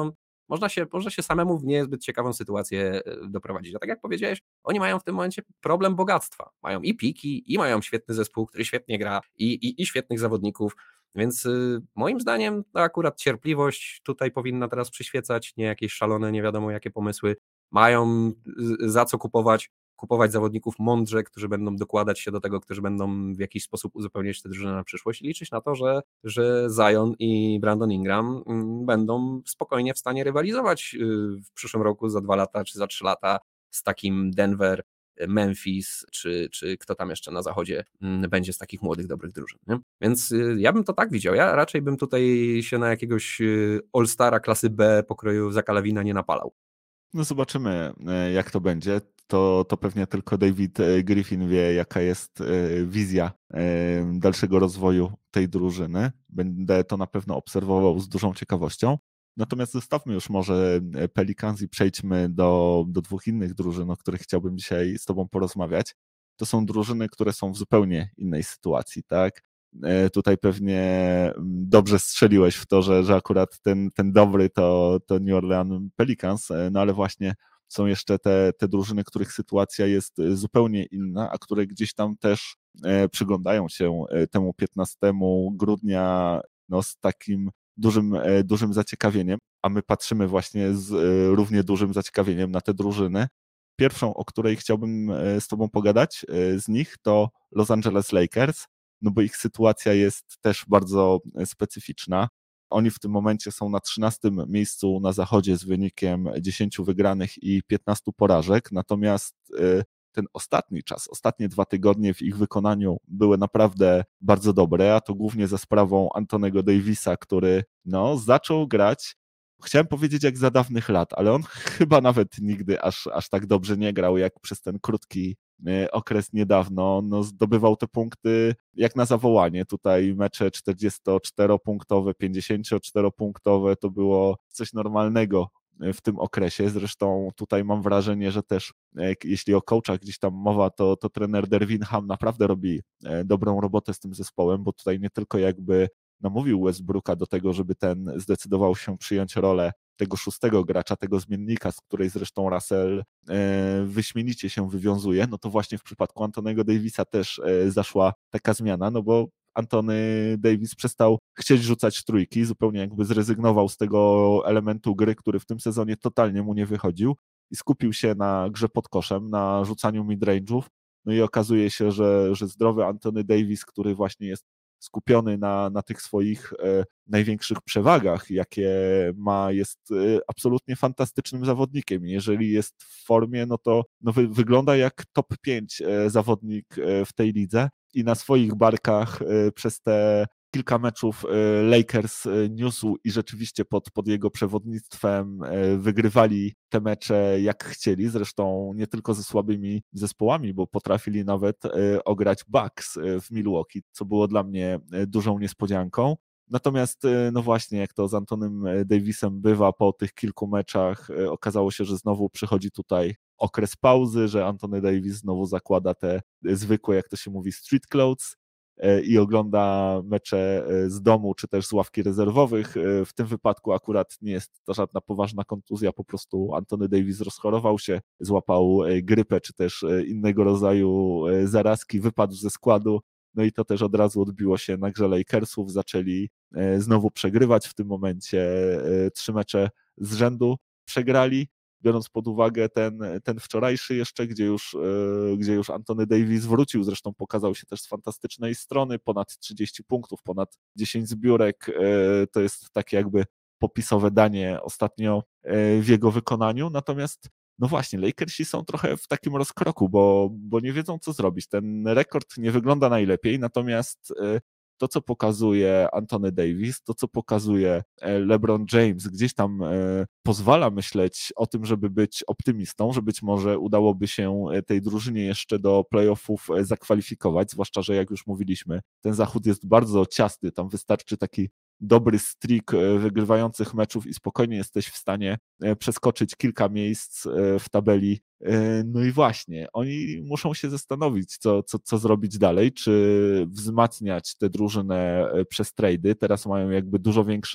Speaker 3: można się, można się samemu w niezbyt ciekawą sytuację doprowadzić. A tak jak powiedziałeś, oni mają w tym momencie problem bogactwa. Mają i piki, i mają świetny zespół, który świetnie gra, i, i, i świetnych zawodników, więc y, moim zdaniem to akurat cierpliwość tutaj powinna teraz przyświecać, nie jakieś szalone, nie wiadomo jakie pomysły. Mają y, za co kupować, kupować zawodników mądrze, którzy będą dokładać się do tego, którzy będą w jakiś sposób uzupełniać tę drużynę na przyszłość i liczyć na to, że, że Zion i Brandon Ingram będą spokojnie w stanie rywalizować w przyszłym roku, za dwa lata czy za trzy lata z takim Denver, Memphis, czy, czy kto tam jeszcze na zachodzie będzie z takich młodych, dobrych drużyn. Nie? Więc ja bym to tak widział. Ja raczej bym tutaj się na jakiegoś All-Stara klasy B pokroju Zaka Lawina nie napalał.
Speaker 2: No zobaczymy, jak to będzie. To, to pewnie tylko David Griffin wie, jaka jest wizja dalszego rozwoju tej drużyny. Będę to na pewno obserwował z dużą ciekawością. Natomiast zostawmy już może Pelicans i przejdźmy do, do dwóch innych drużyn, o których chciałbym dzisiaj z tobą porozmawiać. To są drużyny, które są w zupełnie innej sytuacji, tak? Tutaj pewnie dobrze strzeliłeś w to, że, że akurat ten, ten dobry to, to New Orleans Pelicans, no ale właśnie są jeszcze te, te drużyny, których sytuacja jest zupełnie inna, a które gdzieś tam też przyglądają się temu piętnastego grudnia no, z takim dużym, dużym zaciekawieniem, a my patrzymy właśnie z równie dużym zaciekawieniem na te drużyny. Pierwszą, o której chciałbym z tobą pogadać z nich, to Los Angeles Lakers, no bo ich sytuacja jest też bardzo specyficzna. Oni w tym momencie są na trzynastym miejscu na zachodzie z wynikiem dziesięciu wygranych i piętnastu porażek, natomiast ten ostatni czas, ostatnie dwa tygodnie w ich wykonaniu były naprawdę bardzo dobre, a to głównie za sprawą Antonego Davisa, który no, zaczął grać, chciałem powiedzieć jak za dawnych lat, ale on chyba nawet nigdy aż, aż tak dobrze nie grał, jak przez ten krótki okres niedawno. No, zdobywał te punkty jak na zawołanie. Tutaj mecze czterdziestoczteropunktowe, pięćdziesięcioczteropunktowe to było coś normalnego w tym okresie. Zresztą tutaj mam wrażenie, że też jeśli o coachach gdzieś tam mowa, to, to trener Dervingham naprawdę robi dobrą robotę z tym zespołem, bo tutaj nie tylko jakby namówił Westbrooka do tego, żeby ten zdecydował się przyjąć rolę tego szóstego gracza, tego zmiennika, z której zresztą Russell wyśmienicie się wywiązuje, no to właśnie w przypadku Antonego Davisa też zaszła taka zmiana, no bo Antony Davis przestał chcieć rzucać trójki, zupełnie jakby zrezygnował z tego elementu gry, który w tym sezonie totalnie mu nie wychodził i skupił się na grze pod koszem, na rzucaniu midrange'ów, no i okazuje się, że, że zdrowy Antony Davis, który właśnie jest skupiony na, na tych swoich e, największych przewagach, jakie ma, jest e, absolutnie fantastycznym zawodnikiem. Jeżeli jest w formie, no to no wy, wygląda jak top pięć e, zawodnik e, w tej lidze i na swoich barkach e, przez te kilka meczów Lakers niósł i rzeczywiście pod, pod jego przewodnictwem wygrywali te mecze jak chcieli, zresztą nie tylko ze słabymi zespołami, bo potrafili nawet ograć Bucks w Milwaukee, co było dla mnie dużą niespodzianką. Natomiast no właśnie, jak to z Antonym Davisem bywa po tych kilku meczach, okazało się, że znowu przychodzi tutaj okres pauzy, że Anthony Davis znowu zakłada te zwykłe, jak to się mówi, street clothes i ogląda mecze z domu, czy też z ławki rezerwowych. W tym wypadku akurat nie jest to żadna poważna kontuzja, po prostu Anthony Davis rozchorował się, złapał grypę, czy też innego rodzaju zarazki, wypadł ze składu, no i to też od razu odbiło się na grze Lakersów, zaczęli znowu przegrywać w tym momencie, trzy mecze z rzędu przegrali, biorąc pod uwagę ten, ten wczorajszy jeszcze, gdzie już, gdzie już Anthony Davis wrócił, zresztą pokazał się też z fantastycznej strony, ponad trzydzieści punktów, ponad dziesięć zbiórek, to jest takie jakby popisowe danie ostatnio w jego wykonaniu, natomiast no właśnie, Lakersi są trochę w takim rozkroku, bo, bo nie wiedzą co zrobić, ten rekord nie wygląda najlepiej, natomiast to, co pokazuje Anthony Davis, to, co pokazuje LeBron James, gdzieś tam pozwala myśleć o tym, żeby być optymistą, że być może udałoby się tej drużynie jeszcze do playoffów zakwalifikować, zwłaszcza, że jak już mówiliśmy, ten zachód jest bardzo ciasny, tam wystarczy taki dobry streak wygrywających meczów i spokojnie jesteś w stanie przeskoczyć kilka miejsc w tabeli. No i właśnie, oni muszą się zastanowić, co, co, co zrobić dalej, czy wzmacniać tę drużynę przez trady. Teraz mają jakby dużo większe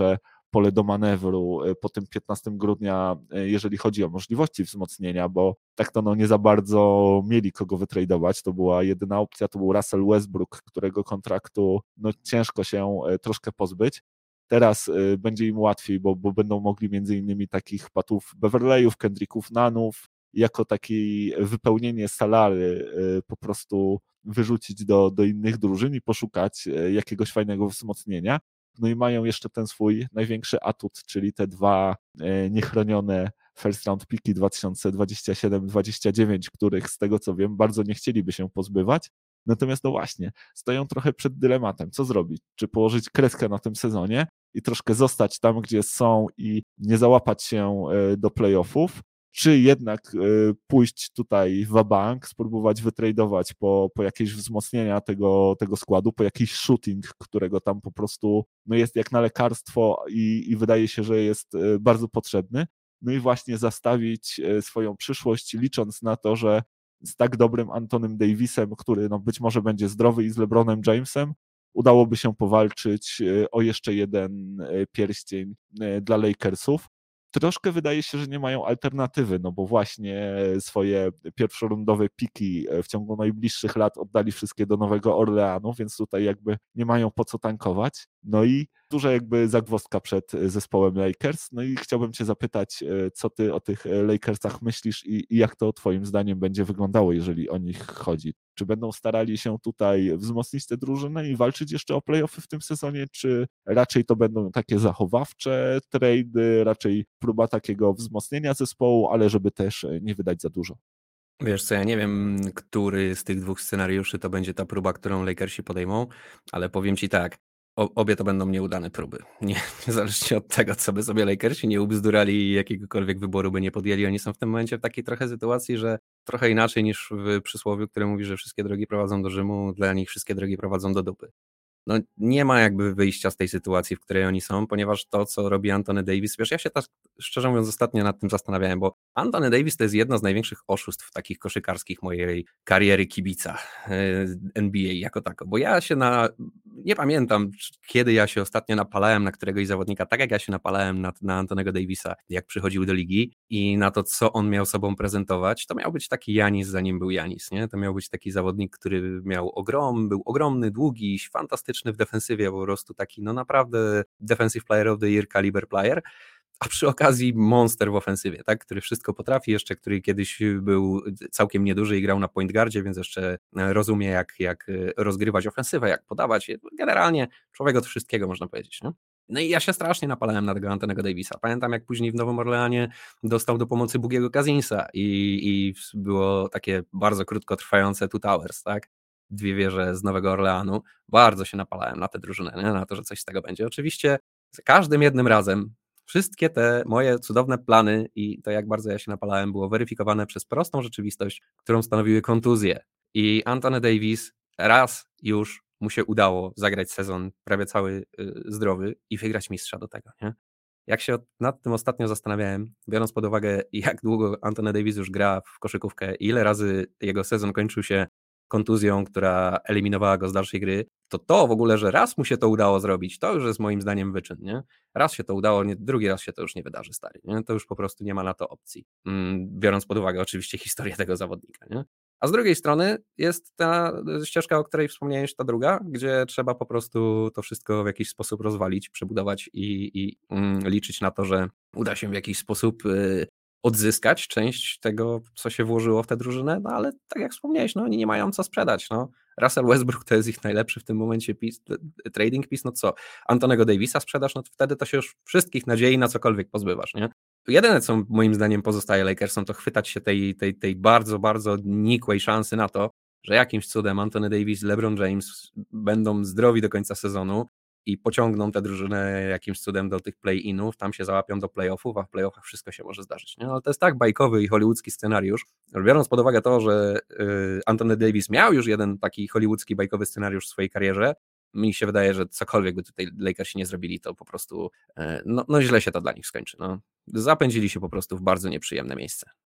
Speaker 2: pole do manewru po tym piętnastego grudnia, jeżeli chodzi o możliwości wzmocnienia, bo tak to no nie za bardzo mieli kogo wytradować, to była jedyna opcja, to był Russell Westbrook, którego kontraktu no ciężko się troszkę pozbyć. Teraz będzie im łatwiej, bo, bo będą mogli między innymi takich Patów Beverleyów, Kendricków Nannów, jako takie wypełnienie salary po prostu wyrzucić do, do innych drużyn i poszukać jakiegoś fajnego wzmocnienia. No i mają jeszcze ten swój największy atut, czyli te dwa niechronione first round piki dwa tysiące dwudziesty siódmy dwudziesty dziewiąty, których z tego co wiem bardzo nie chcieliby się pozbywać. Natomiast no właśnie, stoją trochę przed dylematem, co zrobić? Czy położyć kreskę na tym sezonie i troszkę zostać tam, gdzie są i nie załapać się do playoffów, czy jednak pójść tutaj w bank, spróbować wytradować po, po jakieś wzmocnienia tego, tego składu, po jakiś shooting, którego tam po prostu no jest jak na lekarstwo i, i wydaje się, że jest bardzo potrzebny. No i właśnie zastawić swoją przyszłość, licząc na to, że z tak dobrym Antonym Davisem, który no być może będzie zdrowy, i z LeBronem Jamesem, udałoby się powalczyć o jeszcze jeden pierścień dla Lakersów. Troszkę wydaje się, że nie mają alternatywy, no bo właśnie swoje pierwszorundowe piki w ciągu najbliższych lat oddali wszystkie do Nowego Orleanu, więc tutaj jakby nie mają po co tankować. No i duża jakby zagwozdka przed zespołem Lakers. No i chciałbym cię zapytać, co ty o tych Lakersach myślisz i, i jak to twoim zdaniem będzie wyglądało, jeżeli o nich chodzi? Czy będą starali się tutaj wzmocnić tę drużynę i walczyć jeszcze o play-offy w tym sezonie, czy raczej to będą takie zachowawcze trady, raczej próba takiego wzmocnienia zespołu, ale żeby też nie wydać za dużo?
Speaker 3: Wiesz co, ja nie wiem, który z tych dwóch scenariuszy to będzie ta próba, którą Lakersi podejmą, ale powiem ci tak, o, obie to będą nieudane próby. Nie, niezależnie od tego, co by sobie Lakersi nie ubzdurali i jakiegokolwiek wyboru by nie podjęli, oni są w tym momencie w takiej trochę sytuacji, że trochę inaczej niż w przysłowiu, które mówi, że wszystkie drogi prowadzą do Rzymu, dla nich wszystkie drogi prowadzą do dupy. No nie ma jakby wyjścia z tej sytuacji, w której oni są, ponieważ to, co robi Anthony Davis, wiesz, ja się tak szczerze mówiąc ostatnio nad tym zastanawiałem, bo Anthony Davis to jest jedno z największych oszustw takich koszykarskich mojej kariery kibica N B A jako tako, bo ja się na, nie pamiętam kiedy ja się ostatnio napalałem na któregoś zawodnika, tak jak ja się napalałem na, na Antonego Davisa, jak przychodził do ligi i na to, co on miał sobą prezentować, to miał być taki Janis, zanim był Janis, nie? To miał być taki zawodnik, który miał ogrom, był ogromny, długi, fantastyczny w defensywie, po prostu taki no naprawdę defensive player of the year, caliber player, a przy okazji monster w ofensywie, tak, który wszystko potrafi, jeszcze który kiedyś był całkiem nieduży i grał na point guardzie, więc jeszcze rozumie jak, jak rozgrywać ofensywę, jak podawać, generalnie człowiek od wszystkiego można powiedzieć, nie? No i ja się strasznie napalałem na tego Antonego Davisa. Pamiętam, jak później w Nowym Orleanie dostał do pomocy Boogiego Cousinsa i, i było takie bardzo krótkotrwające Two Towers, tak? Dwie wieże z Nowego Orleanu. Bardzo się napalałem na tę drużynę, nie? Na to, że coś z tego będzie. Oczywiście za każdym jednym razem wszystkie te moje cudowne plany i to, jak bardzo ja się napalałem, było weryfikowane przez prostą rzeczywistość, którą stanowiły kontuzje. I Anthony Davis raz już mu się udało zagrać sezon prawie cały y, zdrowy i wygrać mistrza do tego, nie? Jak się nad tym ostatnio zastanawiałem, biorąc pod uwagę, jak długo Anthony Davis już gra w koszykówkę i ile razy jego sezon kończył się kontuzją, która eliminowała go z dalszej gry, to to w ogóle, że raz mu się to udało zrobić, to już jest moim zdaniem wyczyn, nie? Raz się to udało, nie, drugi raz się to już nie wydarzy, stary, nie? To już po prostu nie ma na to opcji, biorąc pod uwagę oczywiście historię tego zawodnika, nie? A z drugiej strony jest ta ścieżka, o której wspomniałeś, ta druga, gdzie trzeba po prostu to wszystko w jakiś sposób rozwalić, przebudować i, i mm, liczyć na to, że uda się w jakiś sposób y, odzyskać część tego, co się włożyło w tę drużynę, no ale tak jak wspomniałeś, no oni nie mają co sprzedać, no. Russell Westbrook to jest ich najlepszy w tym momencie piece, trading piece, no co, Antonego Davisa sprzedasz, no to wtedy to się już wszystkich nadziei na cokolwiek pozbywasz, nie? Jedyne, co moim zdaniem pozostaje Lakersom, to chwytać się tej, tej, tej bardzo, bardzo nikłej szansy na to, że jakimś cudem Anthony Davis, LeBron James będą zdrowi do końca sezonu i pociągną tę drużynę jakimś cudem do tych play-inów, tam się załapią do play-offów, a w play-offach wszystko się może zdarzyć. Nie? Ale to jest tak bajkowy i hollywoodzki scenariusz, że biorąc pod uwagę to, że y, Anthony Davis miał już jeden taki hollywoodzki bajkowy scenariusz w swojej karierze, mi się wydaje, że cokolwiek by tutaj Lakersi nie zrobili, to po prostu y, no, no źle się to dla nich skończy. No. Zapędzili się po prostu w bardzo nieprzyjemne miejsce.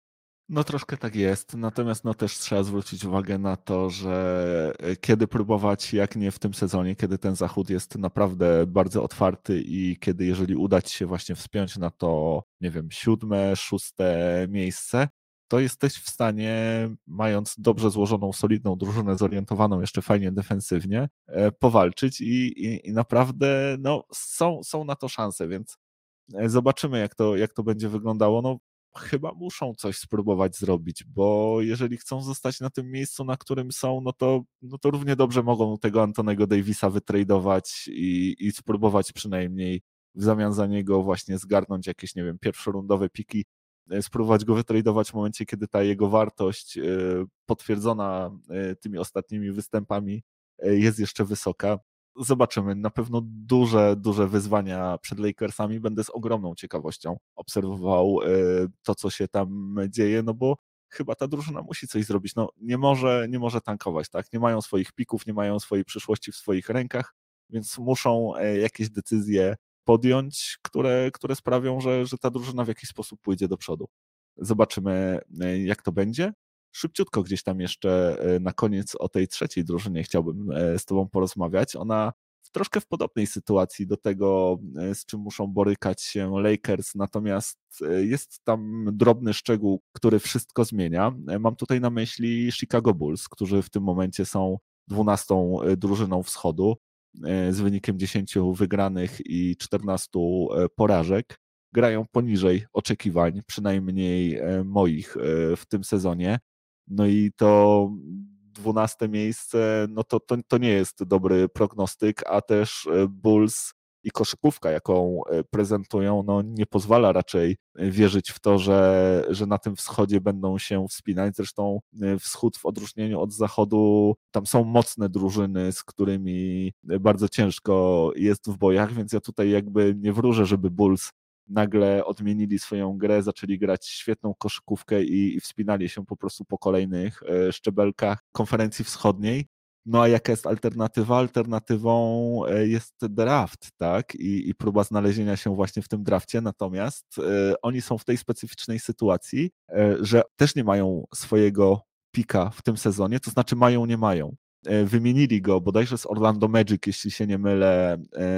Speaker 2: No troszkę tak jest, natomiast no też trzeba zwrócić uwagę na to, że kiedy próbować, jak nie w tym sezonie, kiedy ten zachód jest naprawdę bardzo otwarty i kiedy jeżeli uda ci się właśnie wspiąć na to, nie wiem, siódme, szóste miejsce, to jesteś w stanie, mając dobrze złożoną, solidną drużynę, zorientowaną jeszcze fajnie defensywnie, powalczyć i, i, i naprawdę no, są, są na to szanse, więc zobaczymy, jak to, jak to będzie wyglądało. No, chyba muszą coś spróbować zrobić, bo jeżeli chcą zostać na tym miejscu, na którym są, no to, no to równie dobrze mogą tego Antonego Davisa wytradować i, i spróbować przynajmniej w zamian za niego właśnie zgarnąć jakieś, nie wiem, pierwszorundowe piki, spróbować go wytradować w momencie, kiedy ta jego wartość potwierdzona tymi ostatnimi występami jest jeszcze wysoka. Zobaczymy. Na pewno duże, duże wyzwania przed Lakersami. Będę z ogromną ciekawością obserwował to, co się tam dzieje, no bo chyba ta drużyna musi coś zrobić. No, nie może, nie może tankować, tak? Nie mają swoich pików, nie mają swojej przyszłości w swoich rękach, więc muszą jakieś decyzje podjąć, które, które sprawią, że, że ta drużyna w jakiś sposób pójdzie do przodu. Zobaczymy, jak to będzie. Szybciutko gdzieś tam jeszcze na koniec o tej trzeciej drużynie chciałbym z tobą porozmawiać. Ona w troszkę w podobnej sytuacji do tego, z czym muszą borykać się Lakers, natomiast jest tam drobny szczegół, który wszystko zmienia. Mam tutaj na myśli Chicago Bulls, którzy w tym momencie są dwunastą drużyną wschodu z wynikiem dziesięciu wygranych i czternastu porażek. Grają poniżej oczekiwań, przynajmniej moich w tym sezonie. No i to dwunaste miejsce, no to, to, to nie jest dobry prognostyk, a też Bulls i koszykówka, jaką prezentują, no nie pozwala raczej wierzyć w to, że, że na tym wschodzie będą się wspinać. Zresztą wschód w odróżnieniu od zachodu, tam są mocne drużyny, z którymi bardzo ciężko jest w bojach, więc ja tutaj jakby nie wróżę, żeby Bulls nagle odmienili swoją grę, zaczęli grać świetną koszykówkę i, i wspinali się po prostu po kolejnych szczebelkach konferencji wschodniej. No a jaka jest alternatywa? Alternatywą jest draft, tak? I, i próba znalezienia się właśnie w tym drafcie, natomiast e, oni są w tej specyficznej sytuacji, e, że też nie mają swojego pika w tym sezonie, to znaczy mają, nie mają. E, wymienili go bodajże z Orlando Magic, jeśli się nie mylę, e,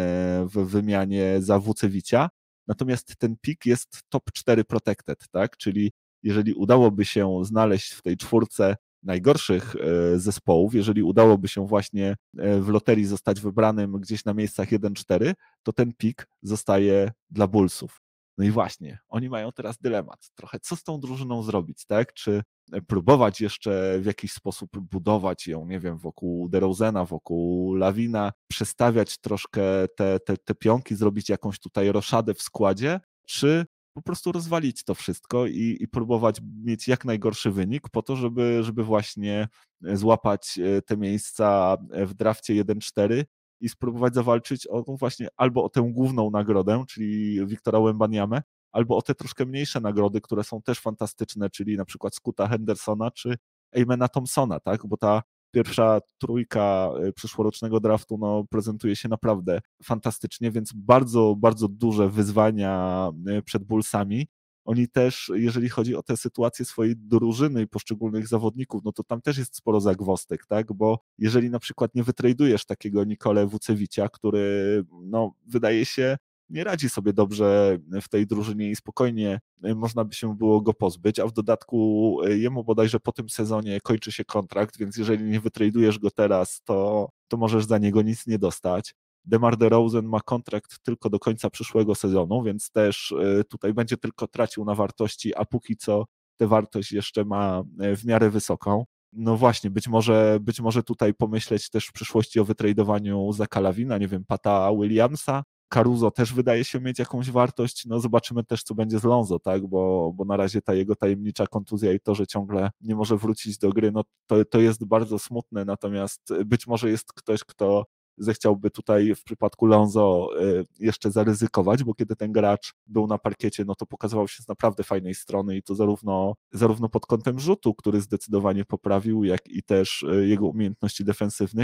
Speaker 2: w wymianie za Wucevicia. Natomiast ten pik jest top cztery protected, tak? Czyli jeżeli udałoby się znaleźć w tej czwórce najgorszych zespołów, jeżeli udałoby się właśnie w loterii zostać wybranym gdzieś na miejscach jeden cztery, to ten pik zostaje dla Bullsów. No i właśnie, oni mają teraz dylemat. Trochę co z tą drużyną zrobić, tak? Czy próbować jeszcze w jakiś sposób budować ją, nie wiem, wokół DeRozana, wokół Lavina, przestawiać troszkę te, te, te pionki, zrobić jakąś tutaj roszadę w składzie, czy po prostu rozwalić to wszystko i, i próbować mieć jak najgorszy wynik po to, żeby, żeby właśnie złapać te miejsca w drafcie jeden cztery i spróbować zawalczyć o tą właśnie albo o tę główną nagrodę, czyli Wiktora Wembanyamę, albo o te troszkę mniejsze nagrody, które są też fantastyczne, czyli na przykład Scoota Hendersona czy Amana Thompsona, tak? Bo ta pierwsza trójka przyszłorocznego draftu no, prezentuje się naprawdę fantastycznie, więc bardzo, bardzo duże wyzwania przed Bullsami. Oni też, jeżeli chodzi o tę sytuację swojej drużyny i poszczególnych zawodników, no to tam też jest sporo zagwozdek, tak? Bo jeżeli na przykład nie wytradujesz takiego Nikolę Wucevicia, który no, wydaje się nie radzi sobie dobrze w tej drużynie i spokojnie można by się było go pozbyć, a w dodatku jemu bodajże po tym sezonie kończy się kontrakt, więc jeżeli nie wytradujesz go teraz, to, to możesz za niego nic nie dostać. DeMar DeRozan ma kontrakt tylko do końca przyszłego sezonu, więc też tutaj będzie tylko tracił na wartości, a póki co tę wartość jeszcze ma w miarę wysoką. No właśnie, być może, być może tutaj pomyśleć też w przyszłości o wytradowaniu Zaka Lavina, nie wiem, Pata Williamsa. Caruso też wydaje się mieć jakąś wartość, no zobaczymy też, co będzie z Lonzo, tak, bo, bo na razie ta jego tajemnicza kontuzja i to, że ciągle nie może wrócić do gry, no to, to jest bardzo smutne, natomiast być może jest ktoś, kto zechciałby tutaj w przypadku Lonzo jeszcze zaryzykować, bo kiedy ten gracz był na parkiecie, no to pokazywał się z naprawdę fajnej strony i to zarówno, zarówno pod kątem rzutu, który zdecydowanie poprawił, jak i też jego umiejętności defensywnych,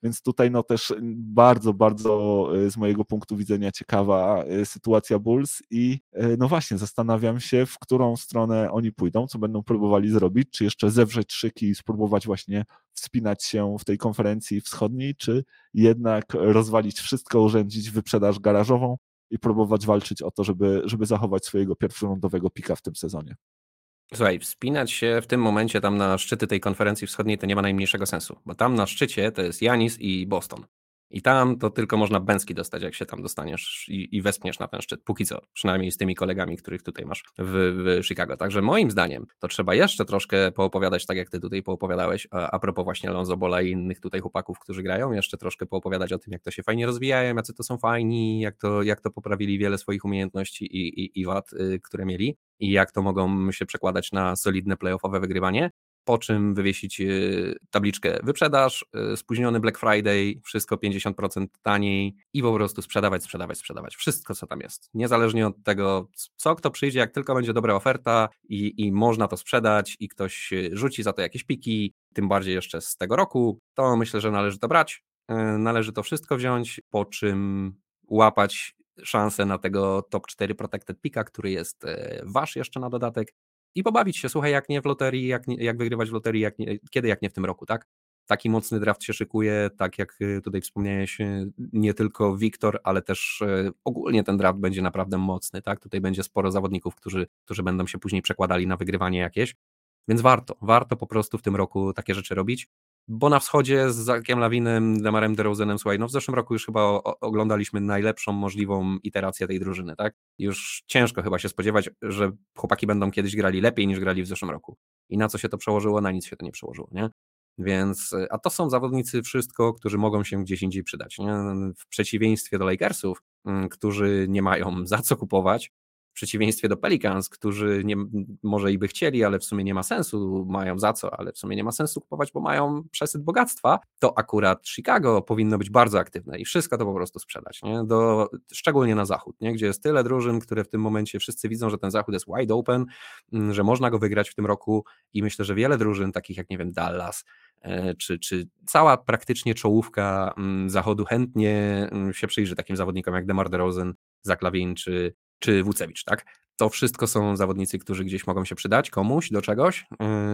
Speaker 2: Więc tutaj no też bardzo, bardzo z mojego punktu widzenia ciekawa sytuacja Bulls i no właśnie zastanawiam się, w którą stronę oni pójdą, co będą próbowali zrobić, czy jeszcze zewrzeć szyki i spróbować właśnie wspinać się w tej konferencji wschodniej, czy jednak rozwalić wszystko, urządzić wyprzedaż garażową i próbować walczyć o to, żeby, żeby zachować swojego pierwszorundowego pika w tym sezonie.
Speaker 3: Słuchaj, wspinać się w tym momencie tam na szczyty tej konferencji wschodniej to nie ma najmniejszego sensu, bo tam na szczycie to jest Giannis i Boston. I tam to tylko można bęcki dostać, jak się tam dostaniesz i, i wespniesz na ten szczyt, póki co, przynajmniej z tymi kolegami, których tutaj masz w, w Chicago. Także moim zdaniem to trzeba jeszcze troszkę poopowiadać, tak jak ty tutaj poopowiadałeś, a, a propos właśnie Lonzo Balla i innych tutaj chłopaków, którzy grają, jeszcze troszkę poopowiadać o tym, jak to się fajnie rozwijają, jacy to są fajni, jak to, jak to poprawili wiele swoich umiejętności i, i, i wad, y, które mieli i jak to mogą się przekładać na solidne playoffowe wygrywanie. Po czym wywiesić tabliczkę wyprzedaż, spóźniony Black Friday, wszystko pięćdziesiąt procent taniej i po prostu sprzedawać, sprzedawać, sprzedawać. Wszystko, co tam jest. Niezależnie od tego, co kto przyjdzie, jak tylko będzie dobra oferta i, i można to sprzedać i ktoś rzuci za to jakieś piki, tym bardziej jeszcze z tego roku, to myślę, że należy to brać. Należy to wszystko wziąć, po czym łapać szansę na tego top cztery protected picka, który jest wasz jeszcze na dodatek. I pobawić się, słuchaj, jak nie w loterii, jak, nie, jak wygrywać w loterii, jak nie, kiedy, jak nie w tym roku, tak? Taki mocny draft się szykuje, tak jak tutaj wspomniałeś, nie tylko Wiktor, ale też ogólnie ten draft będzie naprawdę mocny, tak? Tutaj będzie sporo zawodników, którzy, którzy będą się później przekładali na wygrywanie jakieś, więc warto, warto po prostu w tym roku takie rzeczy robić, bo na wschodzie z Zackiem Lavinem, Demarem DeRozanem, słuchaj, no w zeszłym roku już chyba o, oglądaliśmy najlepszą możliwą iterację tej drużyny, tak? Już ciężko chyba się spodziewać, że chłopaki będą kiedyś grali lepiej niż grali w zeszłym roku. I na co się to przełożyło? Na nic się to nie przełożyło, nie? Więc, a to są zawodnicy wszystko, którzy mogą się gdzieś indziej przydać, nie? W przeciwieństwie do Lakersów, którzy nie mają za co kupować, w przeciwieństwie do Pelicans, którzy nie, może i by chcieli, ale w sumie nie ma sensu, mają za co, ale w sumie nie ma sensu kupować, bo mają przesyt bogactwa, to akurat Chicago powinno być bardzo aktywne i wszystko to po prostu sprzedać, nie? Do, szczególnie na zachód, nie? Gdzie jest tyle drużyn, które w tym momencie wszyscy widzą, że ten zachód jest wide open, że można go wygrać w tym roku i myślę, że wiele drużyn, takich jak, nie wiem, Dallas, czy, czy cała praktycznie czołówka zachodu chętnie się przyjrzy takim zawodnikom jak DeMar DeRozan, Zach LaVine czy czy Wucewicz, tak? To wszystko są zawodnicy, którzy gdzieś mogą się przydać komuś, do czegoś,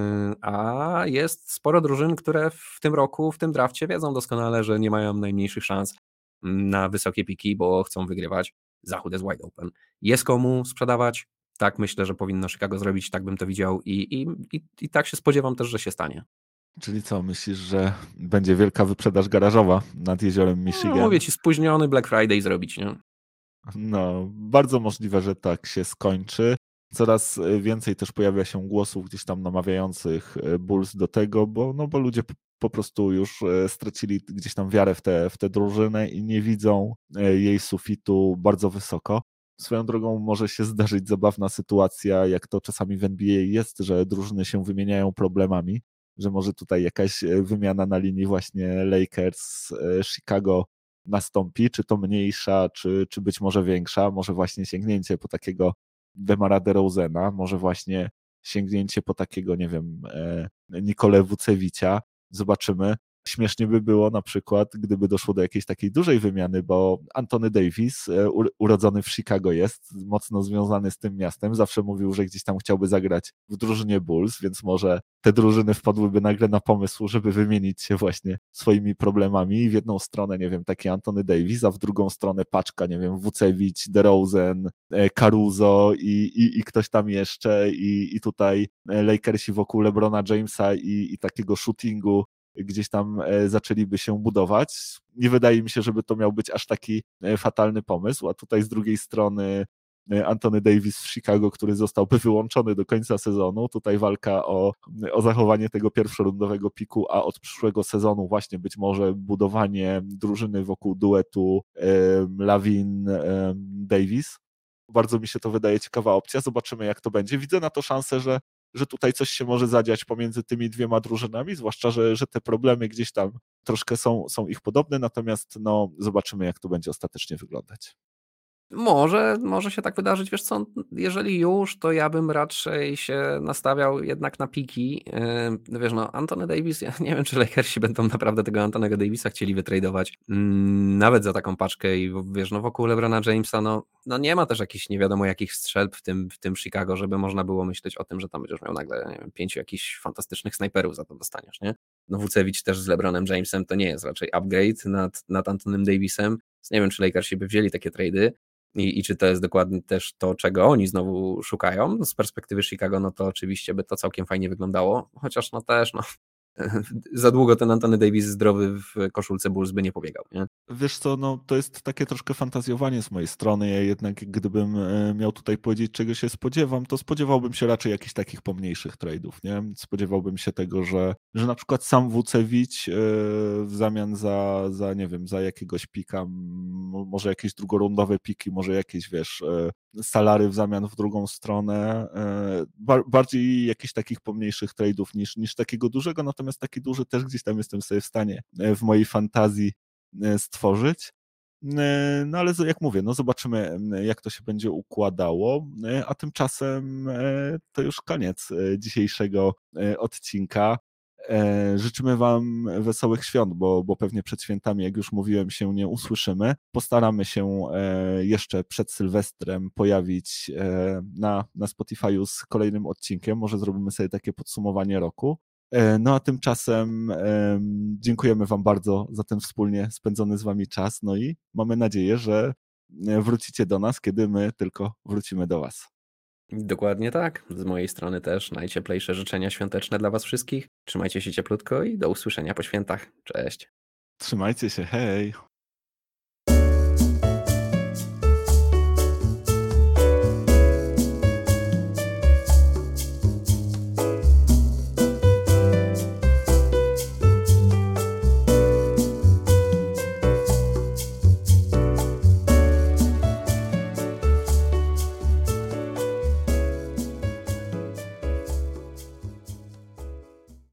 Speaker 3: a jest sporo drużyn, które w tym roku, w tym drafcie wiedzą doskonale, że nie mają najmniejszych szans na wysokie piki, bo chcą wygrywać. Zachód jest wide open. Jest komu sprzedawać? Tak, myślę, że powinno Chicago zrobić, tak bym to widział i, i, i, i tak się spodziewam też, że się stanie.
Speaker 2: Czyli co, myślisz, że będzie wielka wyprzedaż garażowa nad jeziorem Michigan?
Speaker 3: No, mówię ci, spóźniony Black Friday zrobić, nie?
Speaker 2: No, bardzo możliwe, że tak się skończy. Coraz więcej też pojawia się głosów gdzieś tam namawiających Bulls do tego, bo, no, bo ludzie po prostu już stracili gdzieś tam wiarę w tę w tę drużynę i nie widzą jej sufitu bardzo wysoko. Swoją drogą może się zdarzyć zabawna sytuacja, jak to czasami w N B A jest, że drużyny się wymieniają problemami, że może tutaj jakaś wymiana na linii właśnie Lakers, Chicago nastąpi, czy to mniejsza, czy, czy być może większa, może właśnie sięgnięcie po takiego Demara DeRozana, może właśnie sięgnięcie po takiego, nie wiem, Nikolę Wucewicia, zobaczymy. Śmiesznie by było na przykład, gdyby doszło do jakiejś takiej dużej wymiany, bo Anthony Davis, urodzony w Chicago jest, mocno związany z tym miastem, zawsze mówił, że gdzieś tam chciałby zagrać w drużynie Bulls, więc może te drużyny wpadłyby nagle na pomysł, żeby wymienić się właśnie swoimi problemami. W jedną stronę, nie wiem, taki Anthony Davis, a w drugą stronę paczka, nie wiem, Wucevic, DeRozan, Caruso i, i, i ktoś tam jeszcze i, i tutaj Lakersi wokół LeBrona Jamesa i, i takiego shootingu gdzieś tam zaczęliby się budować. Nie wydaje mi się, żeby to miał być aż taki fatalny pomysł, a tutaj z drugiej strony Anthony Davis w Chicago, który zostałby wyłączony do końca sezonu. Tutaj walka o, o zachowanie tego pierwszorundowego piku, a od przyszłego sezonu właśnie być może budowanie drużyny wokół duetu Lavin-Davis. Bardzo mi się to wydaje ciekawa opcja. Zobaczymy, jak to będzie. Widzę na to szansę, że że tutaj coś się może zadziać pomiędzy tymi dwiema drużynami, zwłaszcza, że, że te problemy gdzieś tam troszkę są, są ich podobne, natomiast no, zobaczymy, jak to będzie ostatecznie wyglądać.
Speaker 3: Może, może się tak wydarzyć. Wiesz co, jeżeli już, to ja bym raczej się nastawiał jednak na piki. Yy, wiesz, no, Anthony Davis, ja nie wiem, czy Lakersi będą naprawdę tego Antonego Davisa chcieli wytradować, mm, nawet za taką paczkę i wiesz, no wokół LeBrona Jamesa, no, no nie ma też jakichś nie wiadomo jakich strzelb w tym, w tym Chicago, żeby można było myśleć o tym, że tam będziesz miał nagle, nie wiem, pięciu jakichś fantastycznych snajperów za to dostaniesz, nie? No Wucewicz też z LeBronem Jamesem to nie jest raczej upgrade nad, nad Antonym Davisem. Nie wiem, czy Lakersi by wzięli takie trady. I, I czy to jest dokładnie też to, czego oni znowu szukają? Z perspektywy Chicago, no to oczywiście by to całkiem fajnie wyglądało, chociaż no też, no za długo ten Anthony Davis zdrowy w koszulce Bulls by nie pobiegał, nie?
Speaker 2: Wiesz co, no to jest takie troszkę fantazjowanie z mojej strony. Ja jednak gdybym e, miał tutaj powiedzieć, czego się spodziewam, to spodziewałbym się raczej jakichś takich pomniejszych trade'ów, nie? Spodziewałbym się tego, że, że na przykład sam Wucewicz e, w zamian za, za, nie wiem, za jakiegoś pika, m, może jakieś drugorundowe piki, może jakieś, wiesz, e, salary w zamian w drugą stronę, e, bar, bardziej jakichś takich pomniejszych trade'ów niż, niż takiego dużego, natomiast taki duży też gdzieś tam jestem sobie w stanie e, w mojej fantazji stworzyć. No ale jak mówię, no zobaczymy, jak to się będzie układało, a tymczasem to już koniec dzisiejszego odcinka. Życzymy Wam wesołych świąt, bo, bo pewnie przed świętami, jak już mówiłem, się nie usłyszymy. Postaramy się jeszcze przed Sylwestrem pojawić na, na Spotify'u z kolejnym odcinkiem. Może zrobimy sobie takie podsumowanie roku. No a tymczasem um, dziękujemy Wam bardzo za ten wspólnie spędzony z Wami czas, no i mamy nadzieję, że wrócicie do nas, kiedy my tylko wrócimy do Was.
Speaker 3: Dokładnie tak. Z mojej strony też najcieplejsze życzenia świąteczne dla Was wszystkich. Trzymajcie się cieplutko i do usłyszenia po świętach. Cześć.
Speaker 2: Trzymajcie się, hej!